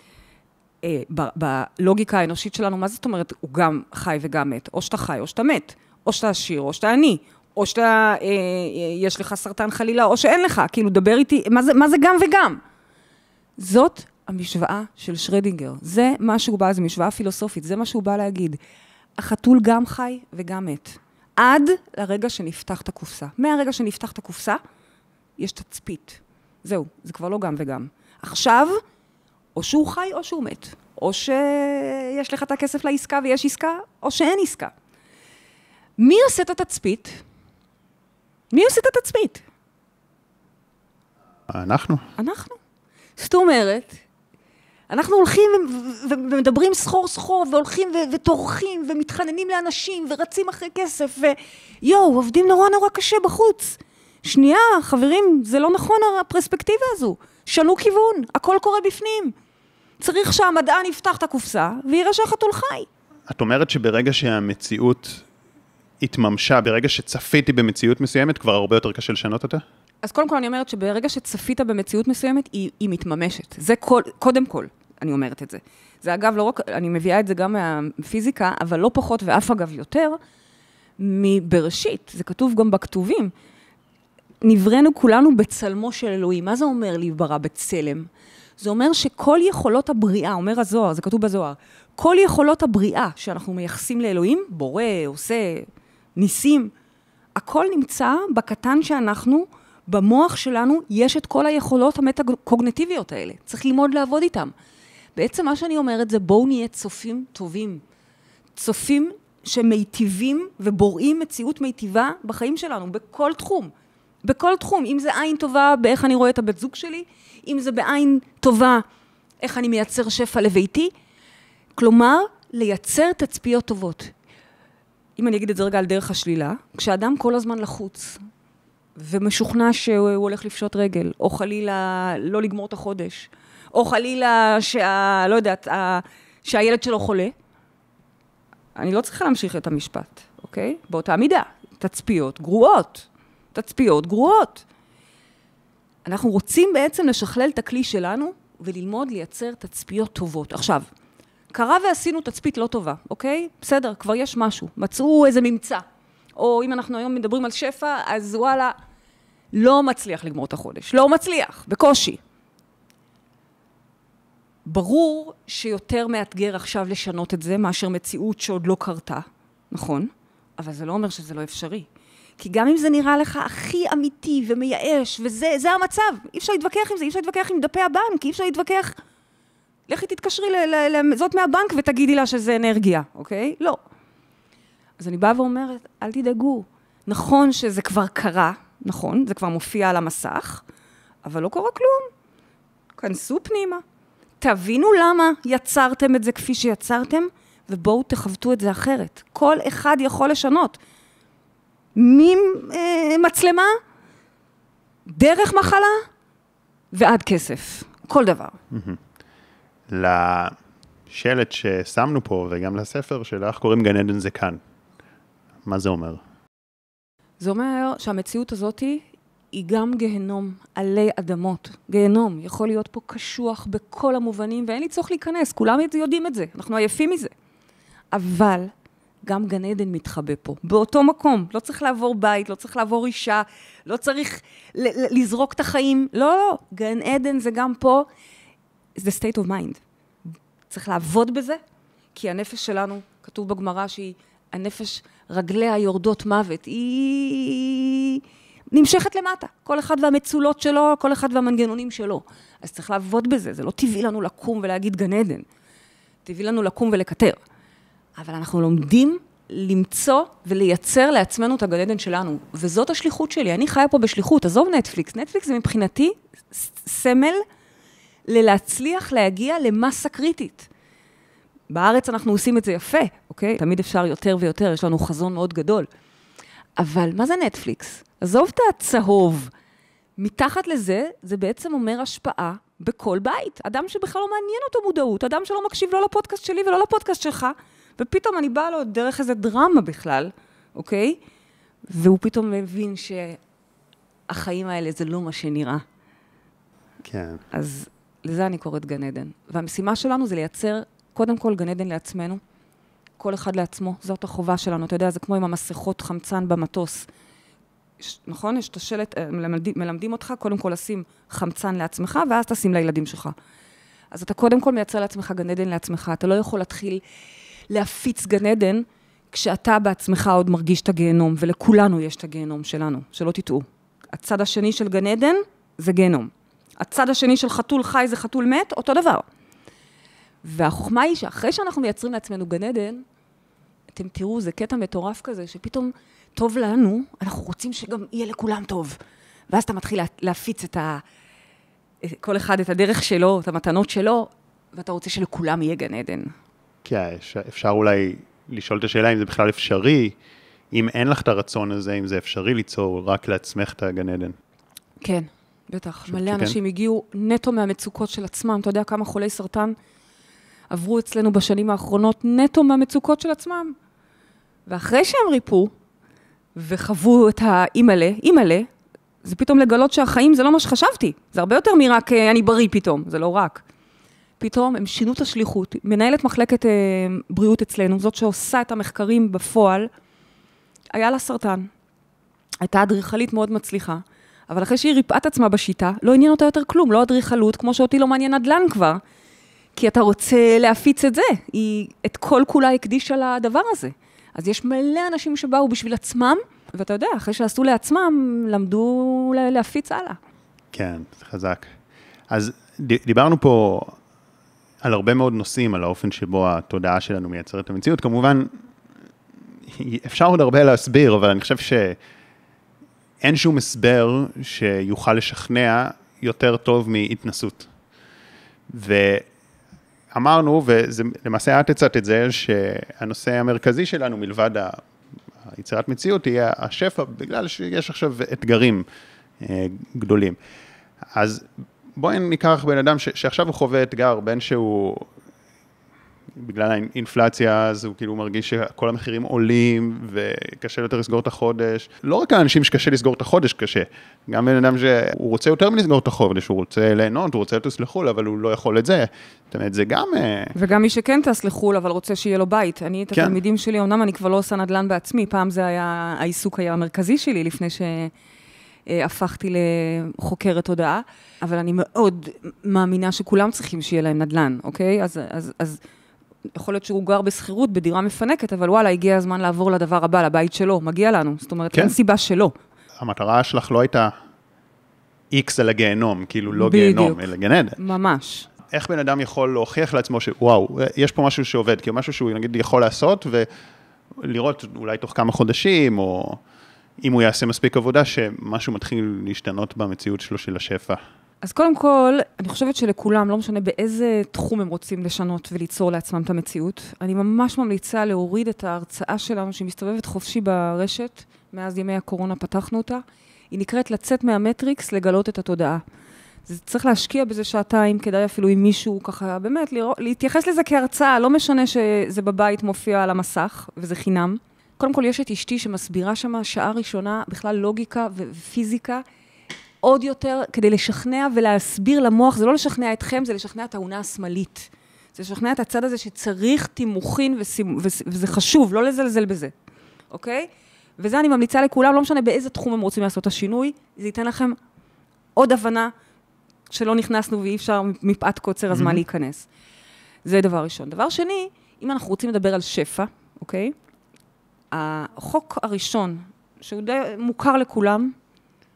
בלוגיקה האנושית שלנו, מה זאת אומרת? הוא גם חי וגם מת. או שאתה חי או שאתה מת. או שאתה עשיר או שאתה עני. או שאתה, יש לך סרטן חלילה, או שאין לך. כאילו, דבר איתי, מה זה גם וגם? זאת המשוואה של שרדינגר. זה מה שהוא בא, זו משוואה פילוסופית. זה מה שהוא בא להגיד. החתול גם חי וגם מת. עד לרגע שנפתח את הקופסה. מהרגע שנפתח את הקופסה, יש תצפית. זהו, זה כבר לא גם וגם. עכשיו, או שהוא חי או שהוא מת. או שיש לך את הכסף לעסקה ויש עסקה, או שאין עסקה. מי עושה את התצפית? מי עושה את התצפית? אנחנו. אנחנו. זאת אומרת, אנחנו הולכים ומדברים סחור, והולכים וטורחים, ומתחננים לאנשים, ורצים אחרי כסף, עובדים נורא קשה בחוץ. שנייה, חברים, זה לא נכון הפרספקטיבה הזו. שנו כיוון, הכל קורה בפנים. צריך שהמדען יפתח את הקופסה, ויראה שהחתול חי. את אומרת שברגע שהמציאות התממשה, ברגע שצפיתי במציאות מסוימת, כבר הרבה יותר קשה לשנות אותה? אז קודם כל אני אומרת שברגע שצפית במציאות מסוימת, היא מתממשת. זה קודם כל, אני אומרת את זה. זה אגב, לא רק, אני מביאה את זה גם מהפיזיקה, אבל לא פחות ואף אגב יותר, מבראשית. זה כתוב גם בכתובים. נבראנו כולנו בצלמו של אלוהים. מה זה אומר להיברא בצלם? זה אומר שכל יכולות הבריאה, אומר הזוהר, זה כתוב בזוהר, כל יכולות הבריאה שאנחנו מייחסים לאלוהים, בורא, עושה, ניסים, הכל נמצא בקטן שאנחנו, במוח שלנו, יש את כל היכולות המטה-קוגניטיביות האלה. צריך ללמוד לעבוד איתם. בעצם מה שאני אומרת זה, בואו נהיה צופים טובים. צופים שמיטיבים ובוראים מציאות מיטיבה בחיים שלנו, בכל תחום. בכל תחום. אם זה עין טובה באיך אני רואה את הבת זוג שלי, אם זה בעין טובה איך אני מייצר שפע לביתי. כלומר, לייצר תצפיות טובות. אם אני אגיד את זה רגע על דרך השלילה, כשאדם כל הזמן לחוץ, ומשוכנע שהוא הולך לפשוט רגל, או חלילה לא לגמור את החודש, או חלילה לא יודעת, שהילד שלו חולה, אני לא צריכה להמשיך את המשפט, אוקיי? באותה מידה, תצפיות גרועות. תצפיות גרועות. אנחנו רוצים בעצם לשכלל את הכלי שלנו, וללמוד לייצר תצפיות טובות. עכשיו, קרה ועשינו תצפית לא טובה, אוקיי? בסדר, כבר יש משהו. מצאו איזה ממצא. או אם אנחנו היום מדברים על שפע, אז וואלה, לא מצליח לגמור את החודש. לא מצליח, בקושי. ברור שיותר מאתגר עכשיו לשנות את זה, מאשר מציאות שעוד לא קרתה, נכון? אבל זה לא אומר שזה לא אפשרי. כי גם אם זה נראה לך הכי אמיתי ומייאש, וזה המצב, אי אפשר להתווכח עם זה, אי אפשר להתווכח עם דפי הבנק, אי אפשר להתווכח, לכי תתקשרי זאת מהבנק ותגידי לה שזה אנרגיה, אוקיי? לא. אז אני באה ואומרת, אל תדאגו, נכון שזה כבר קרה, נכון, זה כבר מופיע על המסך, אבל לא קורה כלום. כנסו פנימה, תבינו למה יצרתם את זה כפי שיצרתם, ובואו תחוותו את זה אחרת. כל אחד יכול לשנות. ממצלמה, דרך מחלה, ועד כסף. כל דבר. לשלט ששמנו פה, וגם לספר שלך, קוראים גן עדן זה כאן. מה זה אומר? זה אומר שהמציאות הזאת היא גם גהנום עלי אדמות. גהנום יכול להיות פה קשוח בכל המובנים, ואין לי צורך להיכנס, כולם יודעים את זה, אנחנו עייפים מזה. אבל גם גן עדן מתחבא פה, באותו מקום. לא צריך לעבור בית, לא צריך לעבור אישה, לא צריך לזרוק את החיים. לא, גן עדן זה גם פה, זה state of mind. צריך לעבוד בזה, כי הנפש שלנו, כתוב בגמרא שהיא, הנפש רגליה יורדות מוות, היא נמשכת למטה. כל אחד והמצולות שלו, כל אחד והמנגנונים שלו. אז צריך לעבוד בזה, זה לא טבעי לנו לקום ולהגיד גן עדן. טבעי לנו לקום ולקטר. אבל אנחנו לומדים למצוא ולייצר לעצמנו את הגן עדן שלנו. וזאת השליחות שלי. אני חיה פה בשליחות. עזוב נטפליקס. נטפליקס זה מבחינתי סמל ללהצליח להגיע למסה קריטית. בארץ אנחנו עושים את זה יפה, אוקיי? תמיד אפשר יותר ויותר, יש לנו חזון מאוד גדול. אבל מה זה נטפליקס? עזוב את הצהוב. מתחת לזה, זה בעצם אומר השפעה בכל בית. אדם שבכלל לא מעניין אותו מודעות, אדם שלא מקשיב לא לפודקאסט שלי ולא לפודקאסט שלך, ופתאום אני באה לו דרך איזה דרמה בכלל, אוקיי? והוא פתאום מבין שהחיים האלה זה לא מה שנראה. כן. אז לזה אני קוראת גן עדן. והמשימה שלנו זה לייצר קודם כל גן עדן לעצמנו, כל אחד לעצמו, זאת החובה שלנו. אתה יודע, זה כמו עם המסכות חמצן במטוס. נכון? יש את השלט, מלמדים אותך, קודם כל לשים חמצן לעצמך, ואז תשים לילדים שלך. אז אתה קודם כל מייצר לעצמך גן עדן לעצמך. אתה לא יכול להתחיל להפיץ גן עדן, כשאתה בעצמך עוד מרגיש את הגיהנום, ולכולנו יש את הגיהנום שלנו, שלא תטעו. הצד השני של גן עדן זה גיהנום. הצד השני של חתול חי זה חתול מת, אותו דבר. והחוכמה היא שאחרי שאנחנו מייצרים לעצמנו גן עדן, אתם תראו, זה קטע מטורף כזה, שפתאום טוב לנו, אנחנו רוצים שגם יהיה לכולם טוב. ואז אתה מתחיל להפיץ כל אחד את הדרך שלו, את המתנות שלו, ואתה רוצה שלכולם יהיה גן עדן. כן, אפשר אולי לשאול את השאלה אם זה בכלל אפשרי, אם אין לך את הרצון הזה, אם זה אפשרי ליצור רק לעצמך את הגן עדן. כן, בטח. מלא אנשים הגיעו נטו מהמצוקות של עצמם. אתה יודע כמה חולי סרטן עברו אצלנו בשנים האחרונות נטו מהמצוקות של עצמם. ואחרי שהם ריפו וחוו את האימאלה, זה פתאום לגלות שהחיים זה לא מה שחשבתי. זה הרבה יותר מרק אני בריא פתאום, זה לא רק. פתאום הם שינו את השליחות. מנהלת מחלקת בריאות אצלנו, זאת שעושה את המחקרים בפועל, היה לה סרטן. הייתה אדריכלית מאוד מצליחה, אבל אחרי שהיא ריפאה את עצמה בשיטה, לא עניין אותה יותר כלום, לא אדריכלות, כמו שאותי לא מעניין נדל"ן כבר, כי אתה רוצה להפיץ את זה. היא את כל כולה הקדישה לדבר הזה. אז יש מלא אנשים שבאו בשביל עצמם, ואתה יודע, אחרי שעשו לעצמם, למדו להפיץ הלאה. כן, זה חזק. אז דיברנו פה על הרבה מאוד נושאים, על האופן שבו התודעה שלנו מייצרת את המציאות. כמובן, אפשר עוד הרבה להסביר, אבל אני חושב שאין שום הסבר שיוכל לשכנע יותר טוב מהתנסות. ואמרנו, ולמעשה את הצעת את זה, שהנושא המרכזי שלנו מלבד היצירת מציאות יהיה השפע, בגלל שיש עכשיו אתגרים גדולים. אז בואי ניקח בן אדם שעכשיו הוא חווה אתגר, בין שהוא, בגלל האינפלציה, אז הוא כאילו מרגיש שכל המחירים עולים, וקשה יותר לסגור את החודש. לא רק האנשים שקשה לסגור את החודש קשה, גם בן אדם שהוא רוצה יותר מלסגור את החודש, הוא רוצה ליהנות, הוא רוצה לטוס לחול, אבל הוא לא יכול את זה. זאת אומרת, זה גם... וגם מי שכן טס לחול, אבל רוצה שיהיה לו בית. אני, את התלמידים שלי, אמנם אני כבר לא עושה נדל"ן בעצמי, פעם זה היה, העיסוק היה המרכזי שלי, לפני שהפכתי לחוקרת תודעה, אבל אני מאוד מאמינה שכולם צריכים שיהיה להם נדל"ן, אוקיי? אז יכול להיות שהוא גר בסחירות, בדירה מפנקת, אבל וואלה, הגיע הזמן לעבור לדבר הבא, לבית שלו, מגיע לנו. זאת אומרת, אין סיבה שלא. המטרה שלך לא הייתה איקס על הגיהנום, כאילו לא גיהנום, אלא גן עדן. ממש. איך בן אדם יכול להוכיח לעצמו שוואו, יש פה משהו שעובד, כאילו משהו שהוא נגיד יכול לעשות, ולראות אולי תוך כמה חודשים, או אם הוא יעשה מספיק עבודה, שמשהו מתחיל להשתנות במציאות שלו של השפע. אז קודם כל, אני חושבת שלכולם, לא משנה באיזה תחום הם רוצים לשנות וליצור לעצמם את המציאות, אני ממש ממליצה להוריד את ההרצאה שלנו, שהיא מסתובבת חופשי ברשת, מאז ימי הקורונה פתחנו אותה, היא נקראת לצאת מהמטריקס, לגלות את התודעה. זה צריך להשקיע בזה שעתיים, כדאי אפילו עם מישהו ככה, באמת, להתייחס לזה כהרצאה, לא משנה שזה בבית מופיע על המסך, וזה חינם. קודם כל, יש את אשתי שמסבירה שמה שעה ראשונה, בכלל לוגיקה ופיזיקה, עוד יותר כדי לשכנע ולהסביר למוח, זה לא לשכנע אתכם, זה לשכנע את העונה השמאלית. זה לשכנע את הצד הזה שצריך תימוכין וזה חשוב, לא לזלזל בזה. אוקיי? וזה אני ממליצה לכולם, לא משנה באיזה תחום הם רוצים לעשות את השינוי, זה ייתן לכם עוד הבנה שלא נכנסנו ואי אפשר מפאת קוצר הזמן להיכנס. זה דבר ראשון. דבר שני, אם אנחנו רוצים לדבר על שפע, אוקיי? החוק הראשון, שהוא די מוכר לכולם,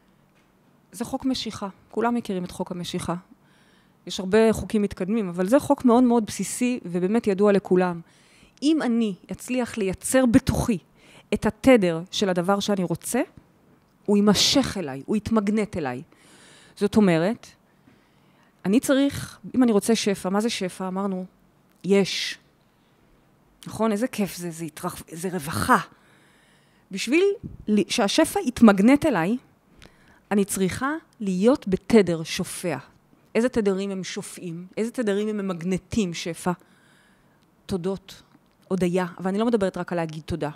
זה חוק משיכה. כולם מכירים את חוק המשיכה. יש הרבה חוקים מתקדמים, אבל זה חוק מאוד מאוד בסיסי, ובאמת ידוע לכולם. אם אני אצליח לייצר בתוכי את התדר של הדבר שאני רוצה, הוא יימשך אליי, הוא יתמגנט אליי. זאת אומרת, אני צריך, אם אני רוצה שפע, מה זה שפע? אמרנו, יש. נכון? איזה כיף זה, זה רווחה. בשביל שהשפע יתמגנט אליי, אני צריכה להיות בתדר שופע. איזה תדרים הם שופעים? איזה תדרים הם ממגנטים שפע? תודות, הודיה. אבל אני לא מדברת רק על להגיד תודה.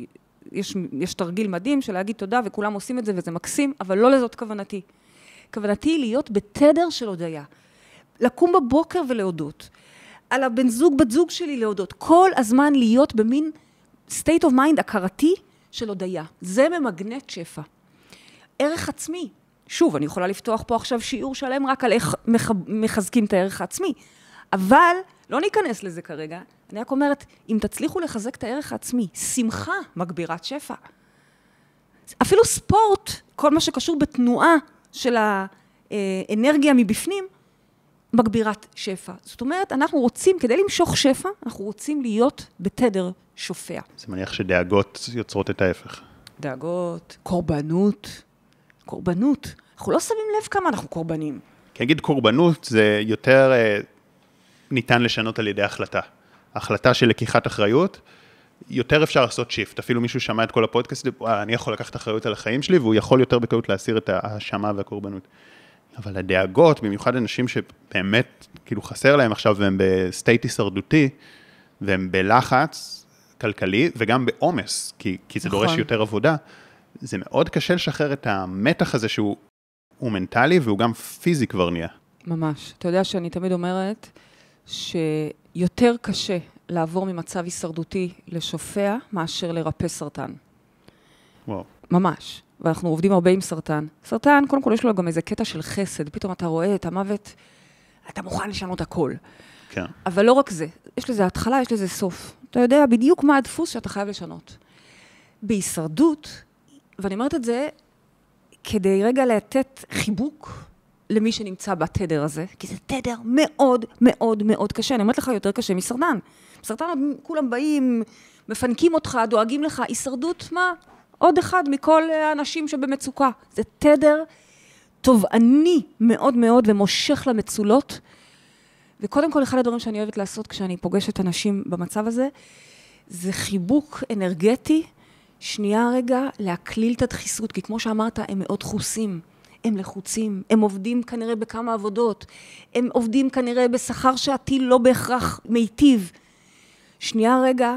יש תרגיל מדהים של להגיד תודה, וכולם עושים את זה, וזה מקסים, אבל לא לזאת כוונתי. כוונתי היא להיות בתדר של הודיה. לקום בבוקר ולהודות. על הבן זוג, בת זוג שלי להודות. כל הזמן להיות במין state of mind הכרתי של הודיה. זה ממגנט שפע. ערך עצמי. שוב, אני יכולה לפתוח פה עכשיו שיעור שלם רק על איך מחזקים את הערך העצמי. אבל לא ניכנס לזה כרגע. אני רק אומרת, אם תצליחו לחזק את הערך העצמי, שמחה מגבירת שפע. אפילו ספורט, כל מה שקשור בתנועה של האנרגיה מבפנים, מגבירת שפע. זאת אומרת, אנחנו רוצים, כדי למשוך שפע, אנחנו רוצים להיות בתדר שופע. זה מניח שדאגות יוצרות את ההפך. דאגות, קורבנות. אנחנו לא שמים לב כמה אנחנו קורבנים. כי נגיד קורבנות זה יותר ניתן לשנות על ידי החלטה. החלטה של לקיחת אחריות, יותר אפשר לעשות שיפט. אפילו מישהו שמע את כל הפודקאסט, אני יכול לקחת אחריות על החיים שלי, והוא יכול יותר בקלות להסיר את ההאשמה והקורבנות. אבל הדאגות, במיוחד אנשים שבאמת כאילו חסר להם עכשיו, והם בסטייט הישרדותי, והם בלחץ כלכלי, וגם בעומס, כי זה דורש יותר עבודה, זה מאוד קשה לשחרר את המתח הזה שהוא מנטלי, והוא גם פיזי כבר נהיה. ממש. אתה יודע שאני תמיד אומרת, שיותר קשה לעבור ממצב הישרדותי לשופע, מאשר לרפא סרטן. וואו. ממש. ואנחנו עובדים הרבה עם סרטן. סרטן, קודם כל יש לו גם איזה קטע של חסד. פתאום אתה רואה את המוות, אתה מוכן לשנות הכל. כן. אבל לא רק זה. יש לזה התחלה, יש לזה סוף. אתה יודע בדיוק מה הדפוס שאתה חייב לשנות. בהישרדות, ואני אומרת את זה, כדי רגע לתת חיבוק למי שנמצא בתדר הזה, כי זה תדר מאוד מאוד מאוד קשה. אני אומרת לך יותר קשה מסרטן. בסרטן כולם באים, מפנקים אותך, דואגים לך. הישרדות, מה? עוד אחד מכל האנשים שבמצוקה. זה תדר תובעני מאוד מאוד ומושך למצולות. וקודם כל, אחד הדברים שאני אוהבת לעשות כשאני פוגשת אנשים במצב הזה, זה חיבוק אנרגטי, שנייה רגע להקליל את הדחיסות, כי כמו שאמרת, הם מאוד דחוסים, הם לחוצים, הם עובדים כנראה בכמה עבודות, הם עובדים כנראה בשכר שעתי לא בהכרח מיטיב. שנייה רגע,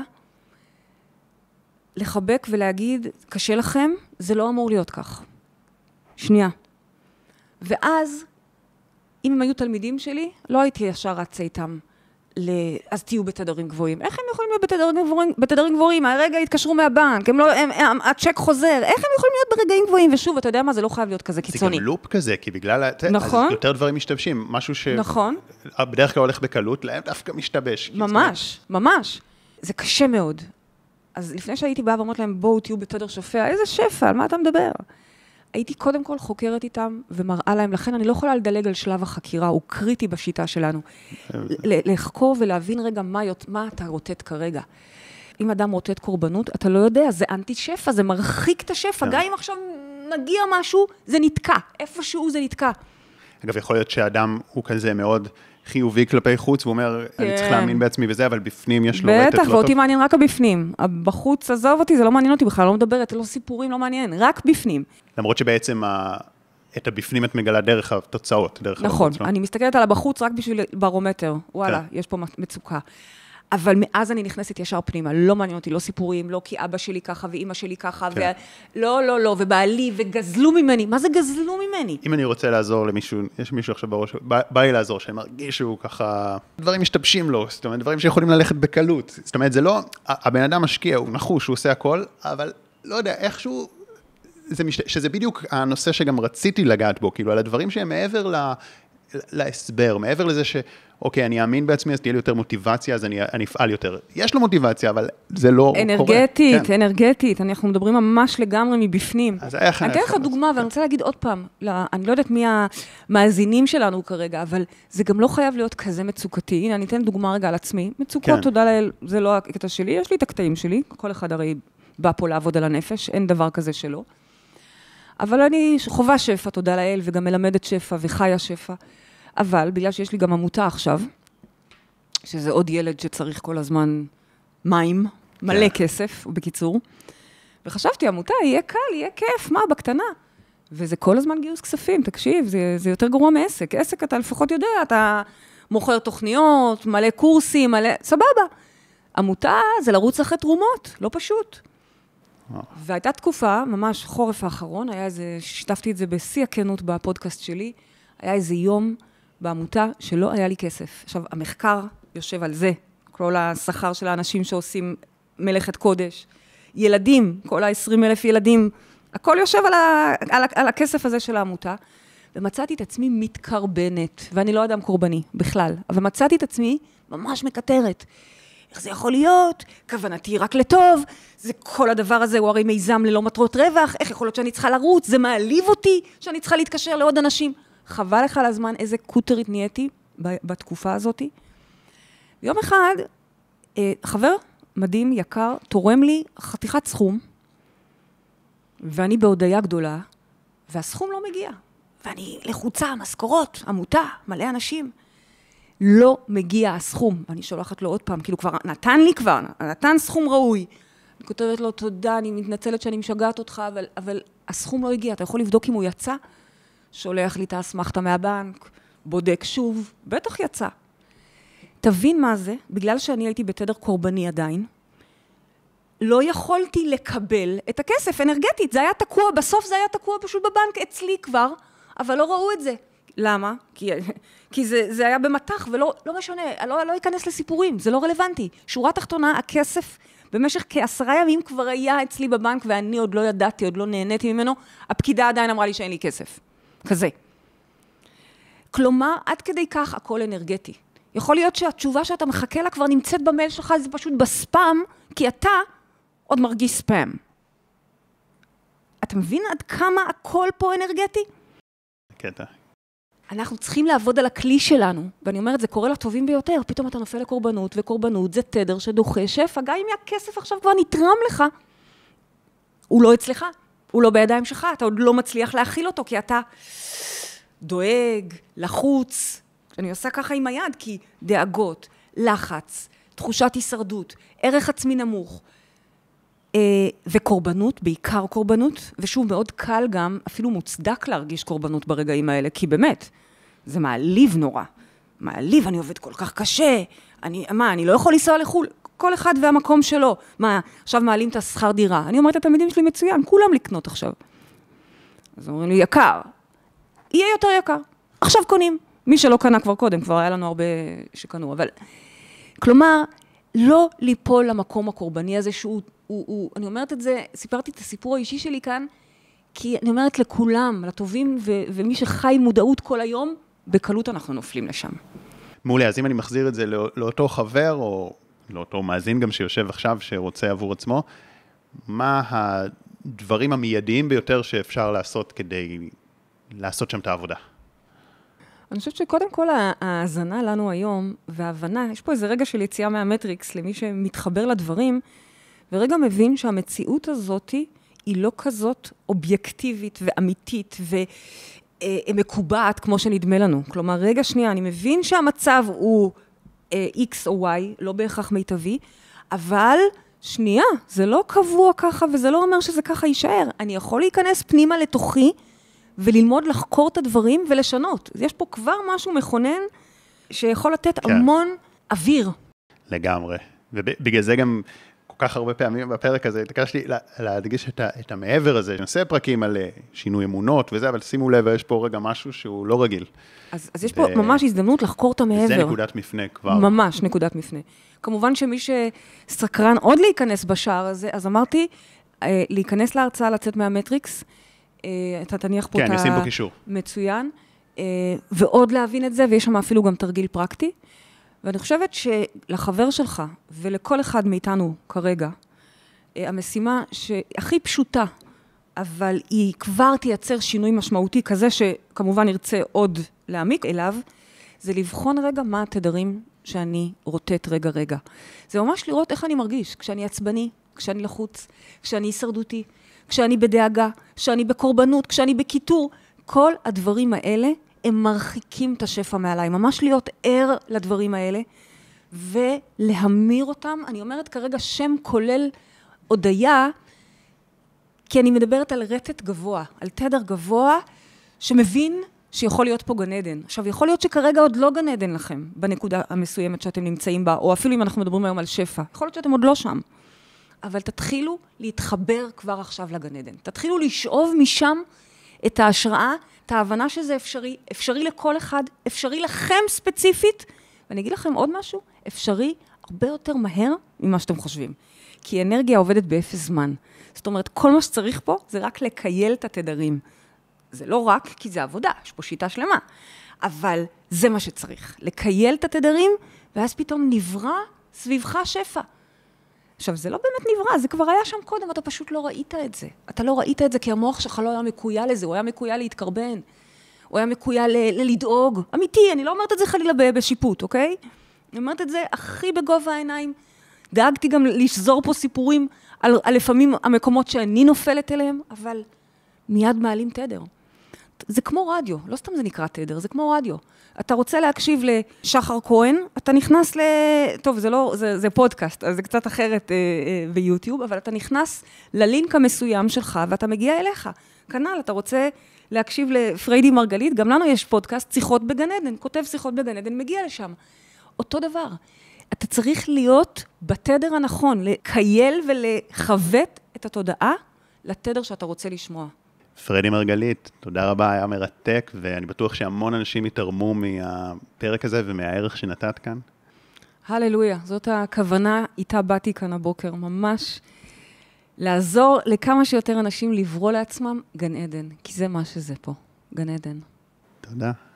לחבק ולהגיד, קשה לכם, זה לא אמור להיות כך. שנייה. ואז, אם הם היו תלמידים שלי, לא הייתי ישר רצה איתם, אז תהיו בתדרים גבוהים. איך הם יכולים להיות בתדרים גבוהים? הרגע התקשרו מהבנק, הצ'ק חוזר, איך הם יכולים להיות ברגעים גבוהים? ושוב, אתה יודע מה, זה לא חייב להיות כזה קיצוני. זה גם לופ כזה, כי בגלל, נכון. אז יותר דברים משתבשים, משהו נכון. שבדרך כלל הולך בקלות, להם דווקא משתבש. ממש, ממש. זה קשה מאוד. אז לפני שהייתי באה ואומרת להם, בואו תהיו בתדר שופע, איזה שפע, על מה אתה מדבר? הייתי קודם כל חוקרת איתם ומראה להם, לכן אני לא יכולה לדלג על שלב החקירה, הוא קריטי בשיטה שלנו. לחקור ולהבין רגע מה אתה רוטט כרגע. אם אדם רוטט קורבנות, אתה לא יודע, זה אנטי שפע, זה מרחיק את השפע, גם אם עכשיו מגיע משהו, זה נתקע, איפשהו זה נתקע. אגב, יכול להיות שהאדם הוא כזה מאוד חיובי כלפי חוץ, והוא אומר, אני צריך להאמין בעצמי וזה, אבל בפנים יש לו רטט לא טוב. בטח, ואותי מעניין רק הבפנים. בחוץ, עזוב אותי, זה לא מעניין אותי בכלל, לא מדברת, לא סיפורים, לא מעניין, רק בפנים. למרות שבעצם את הבפנים את מגלה דרך התוצאות, דרך נכון, הבחוץ, לא? אני מסתכלת על הבחוץ רק בשביל ברומטר. וואלה, יש פה מצוקה. אבל מאז אני נכנסת ישר פנימה, לא מעניין אותי, לא סיפורים, לא כי אבא שלי ככה ואמא שלי ככה, לא, ובעלי, וגזלו ממני. מה זה גזלו ממני? אם אני רוצה לעזור למישהו, יש מישהו עכשיו בראש, בא לי לעזור, שאני מרגיש שהוא ככה, דברים משתבשים לו, זאת אומרת, דברים שיכולים ללכת בקלות. זאת אומרת, זה לא, הבן אדם משקיע, הוא נחוש, הוא עושה הכל, אבל לא יודע, איכשהו, שזה בדיוק הנושא שגם רציתי לגעת בו, כאילו, על הדברים שהם מעבר להסבר, מעבר לזה אוקיי, אני אאמין בעצמי, אז תהיה לי יותר מוטיבציה, אז אני אפעל יותר. יש לו מוטיבציה, אבל זה לא קורה. אנרגטית, אנרגטית. אנחנו מדברים ממש לגמרי מבפנים. אז איך אני אתן לך דוגמה, ואני רוצה להגיד עוד פעם, אני לא יודעת מי המאזינים שלנו כרגע, אבל זה גם לא חייב להיות כזה מצוקתי. הנה, אני אתן דוגמה רגע על עצמי. מצוקות, תודה לאל, זה לא הקטע שלי, יש לי את הקטעים שלי. כל אחד הרי בא פה לעבוד על הנפש, אין דבר כזה שלא. אבל אני חובה שפע, תודה לאל, וגם מלמדת שפע וחיה שפע. אבל בגלל שיש לי גם עמותה עכשיו, שזה עוד ילד שצריך כל הזמן מים, מלא כסף, בקיצור, וחשבתי, עמותה, יהיה קל, יהיה כיף, מה, בקטנה? וזה כל הזמן גיוס כספים, תקשיב, זה יותר גרוע מעסק. עסק, אתה לפחות יודע, אתה מוכר תוכניות, מלא קורסים, מלא, סבבה. עמותה זה לרוץ אחרי תרומות, לא פשוט. והייתה תקופה, ממש חורף האחרון, שיתפתי את זה בשיא הכנות בפודקאסט שלי, היה איזה יום בעמותה שלא היה לי כסף. עכשיו, המחקר יושב על זה, כל השכר של האנשים שעושים מלאכת קודש, ילדים, כל ה-20,000 ילדים, הכל יושב על הכסף הזה של העמותה, ומצאתי את עצמי מתקרבנת, ואני לא אדם קורבני בכלל, אבל מצאתי את עצמי ממש מקטרת. איך זה יכול להיות? כוונתי רק לטוב, זה כל הדבר הזה, הוא הרי מיזם ללא מטרות רווח, איך יכול להיות שאני צריכה לרוץ, זה מעליב אותי שאני צריכה להתקשר לעוד אנשים. חבל לך על הזמן איזה קוטרית נהייתי בתקופה הזאת. יום אחד, חבר מדהים, יקר, תורם לי חתיכת סכום, ואני בהודעה גדולה, והסכום לא מגיע. ואני לחוצה, משכורות, עמותה, מלא אנשים. לא מגיע הסכום, ואני שולחת לו עוד פעם, כאילו כבר נתן לי כבר, נתן סכום ראוי. אני כותבת לו, תודה, אני מתנצלת שאני משגעת אותך, אבל הסכום לא הגיע, אתה יכול לבדוק אם הוא יצא? שולח לי את האסמכתה מהבנק, בודק שוב, בטח יצא. תבין מה זה, בגלל שאני הייתי בתדר קורבני עדיין, לא יכולתי לקבל את הכסף אנרגטית, זה היה תקוע, בסוף זה היה תקוע פשוט בבנק אצלי כבר, אבל לא ראו את זה. למה? כי זה היה במתח ולא משנה, לא ייכנס לסיפורים, זה לא רלוונטי. שורה תחתונה, הכסף במשך כ10 ימים כבר היה אצלי בבנק, ואני עוד לא ידעתי, עוד לא נהניתי ממנו, הפקידה עדיין אמרה לי שאין לי כסף. כזה. כלומר, עד כדי כך הכל אנרגטי. יכול להיות שהתשובה שאתה מחכה לה כבר נמצאת במייל שלך, זה פשוט בספאם, כי אתה עוד מרגיש ספאם. אתה מבין עד כמה הכל פה אנרגטי? קטע. אנחנו צריכים לעבוד על הכלי שלנו, ואני אומרת, זה קורה לטובים ביותר, פתאום אתה נופל לקורבנות, וקורבנות זה תדר שדוחה שפע, גם אם הכסף עכשיו כבר נתרם לך, הוא לא אצלך, הוא לא בידיים שלך, אתה עוד לא מצליח להכיל אותו, כי אתה דואג, לחוץ, אני עושה ככה עם היד, כי דאגות, לחץ, תחושת הישרדות, ערך עצמי נמוך, וקורבנות, בעיקר קורבנות, ושוב מאוד קל גם, אפילו מוצדק להרגיש קורבנות ברגעים האלה, כי באמת, זה מעליב נורא. מעליב, אני עובד כל כך קשה, אני לא יכול לנסוע לחול, כל אחד והמקום שלו. עכשיו מעלים את השכר דירה. אני אומרת, התלמידים שלי מצוין, כולם לקנות עכשיו. אז אומרים לי, יקר. יהיה יותר יקר. עכשיו קונים. מי שלא קנה כבר קודם, כבר היה לנו הרבה שקנו, אבל... כלומר, לא ליפול למקום הקורבני הזה שהוא... אני אומרת את זה, סיפרתי את הסיפור האישי שלי כאן, כי אני אומרת לכולם, לטובים ומי שחי מודעות כל היום, בקלות אנחנו נופלים לשם. מעולה, אז אם אני מחזיר את זה לאותו חבר, או לאותו מאזין גם שיושב עכשיו, שרוצה עבור עצמו, מה הדברים המיידיים ביותר שאפשר לעשות כדי לעשות שם את העבודה? אני חושבת שקודם כל ההאזנה לנו היום, וההבנה, יש פה איזה רגע של יציאה מהמטריקס, למי שמתחבר לדברים, ורגע מבין שהמציאות הזאת היא לא כזאת אובייקטיבית ואמיתית ומקובעת כמו שנדמה לנו. כלומר, רגע שנייה, אני מבין שהמצב הוא X או Y, לא בהכרח מיטבי, אבל שנייה, זה לא קבוע ככה וזה לא אומר שזה ככה יישאר. אני יכול להיכנס פנימה לתוכי וללמוד לחקור את הדברים ולשנות. יש פה כבר משהו מכונן שיכול לתת המון אוויר. לגמרי. ובגלל זה גם... כל כך הרבה פעמים בפרק הזה, התעקשתי להדגיש את המעבר הזה, נעשה פרקים על שינוי אמונות וזה, אבל שימו לב, יש פה רגע משהו שהוא לא רגיל. אז יש פה ממש הזדמנות לחקור את המעבר. זה נקודת מפנה כבר. ממש נקודת מפנה. כמובן שמי שסקרן עוד להיכנס בשער הזה, אז אמרתי, להיכנס להרצאה, לצאת מהמטריקס, אתה תניח פה את כן, נשים פה קישור. מצוין. ועוד להבין את זה, ויש שם אפילו גם תרגיל פרקטי. ואני חושבת שלחבר שלך ולכל אחד מאיתנו כרגע, המשימה שהכי פשוטה, אבל היא כבר תייצר שינוי משמעותי כזה שכמובן נרצה עוד להעמיק אליו, זה לבחון רגע מה התדרים שאני רוטט רגע. זה ממש לראות איך אני מרגיש, כשאני עצבני, כשאני לחוץ, כשאני הישרדותי, כשאני בדאגה, כשאני בקורבנות, כשאני בקיטור. כל הדברים האלה הם מרחיקים את השפע מעליי, ממש להיות ער לדברים האלה, ולהמיר אותם. אני אומרת כרגע שם כולל הודיה, כי אני מדברת על רטט גבוה, על תדר גבוה, שמבין שיכול להיות פה גן עדן. עכשיו, יכול להיות שכרגע עוד לא גן עדן לכם, בנקודה המסוימת שאתם נמצאים בה, או אפילו אם אנחנו מדברים היום על שפע. יכול להיות שאתם עוד לא שם. אבל תתחילו להתחבר כבר עכשיו לגן עדן. תתחילו לשאוב משם את ההשראה, את ההבנה שזה אפשרי, אפשרי לכל אחד, אפשרי לכם ספציפית, ואני אגיד לכם עוד משהו, אפשרי הרבה יותר מהר ממה שאתם חושבים. כי אנרגיה עובדת באפס זמן. זאת אומרת, כל מה שצריך פה זה רק לקייל את התדרים. זה לא רק כי זה עבודה, יש פה שיטה שלמה. אבל זה מה שצריך. לקייל את התדרים, ואז פתאום נברא סביבך שפע. עכשיו, זה לא באמת נברא, זה כבר היה שם קודם, אתה פשוט לא ראית את זה. אתה לא ראית את זה כי המוח שלך לא היה מקויה לזה, הוא היה מקויה להתקרבן, הוא היה מקויה לדאוג. אמיתי, אני לא אומרת את זה חלילה בשיפוט, אוקיי? אני אומרת את זה הכי בגובה העיניים. דאגתי גם לשזור פה סיפורים על לפעמים המקומות שאני נופלת אליהם, אבל מיד מעלים תדר. זה כמו רדיו, לא סתם זה נקרא תדר, זה כמו רדיו. אתה רוצה להקשיב לשחר כהן, אתה נכנס טוב, זה פודקאסט, אז זה קצת אחרת ביוטיוב, אבל אתה נכנס ללינק המסוים שלך, ואתה מגיע אליך. כנ"ל, אתה רוצה להקשיב לפריידי מרגלית, גם לנו יש פודקאסט, שיחות בגן עדן, כותב שיחות בגן עדן, מגיע לשם. אותו דבר. אתה צריך להיות בתדר הנכון, לקייל ולחוות את התודעה לתדר שאתה רוצה לשמוע. פריידי מרגלית, תודה רבה, היה מרתק, ואני בטוח שהמון אנשים יתרמו מהפרק הזה ומהערך שנתת כאן. הללויה, זאת הכוונה, איתה באתי כאן הבוקר, ממש לעזור לכמה שיותר אנשים לברוא לעצמם גן עדן, כי זה מה שזה פה, גן עדן. תודה.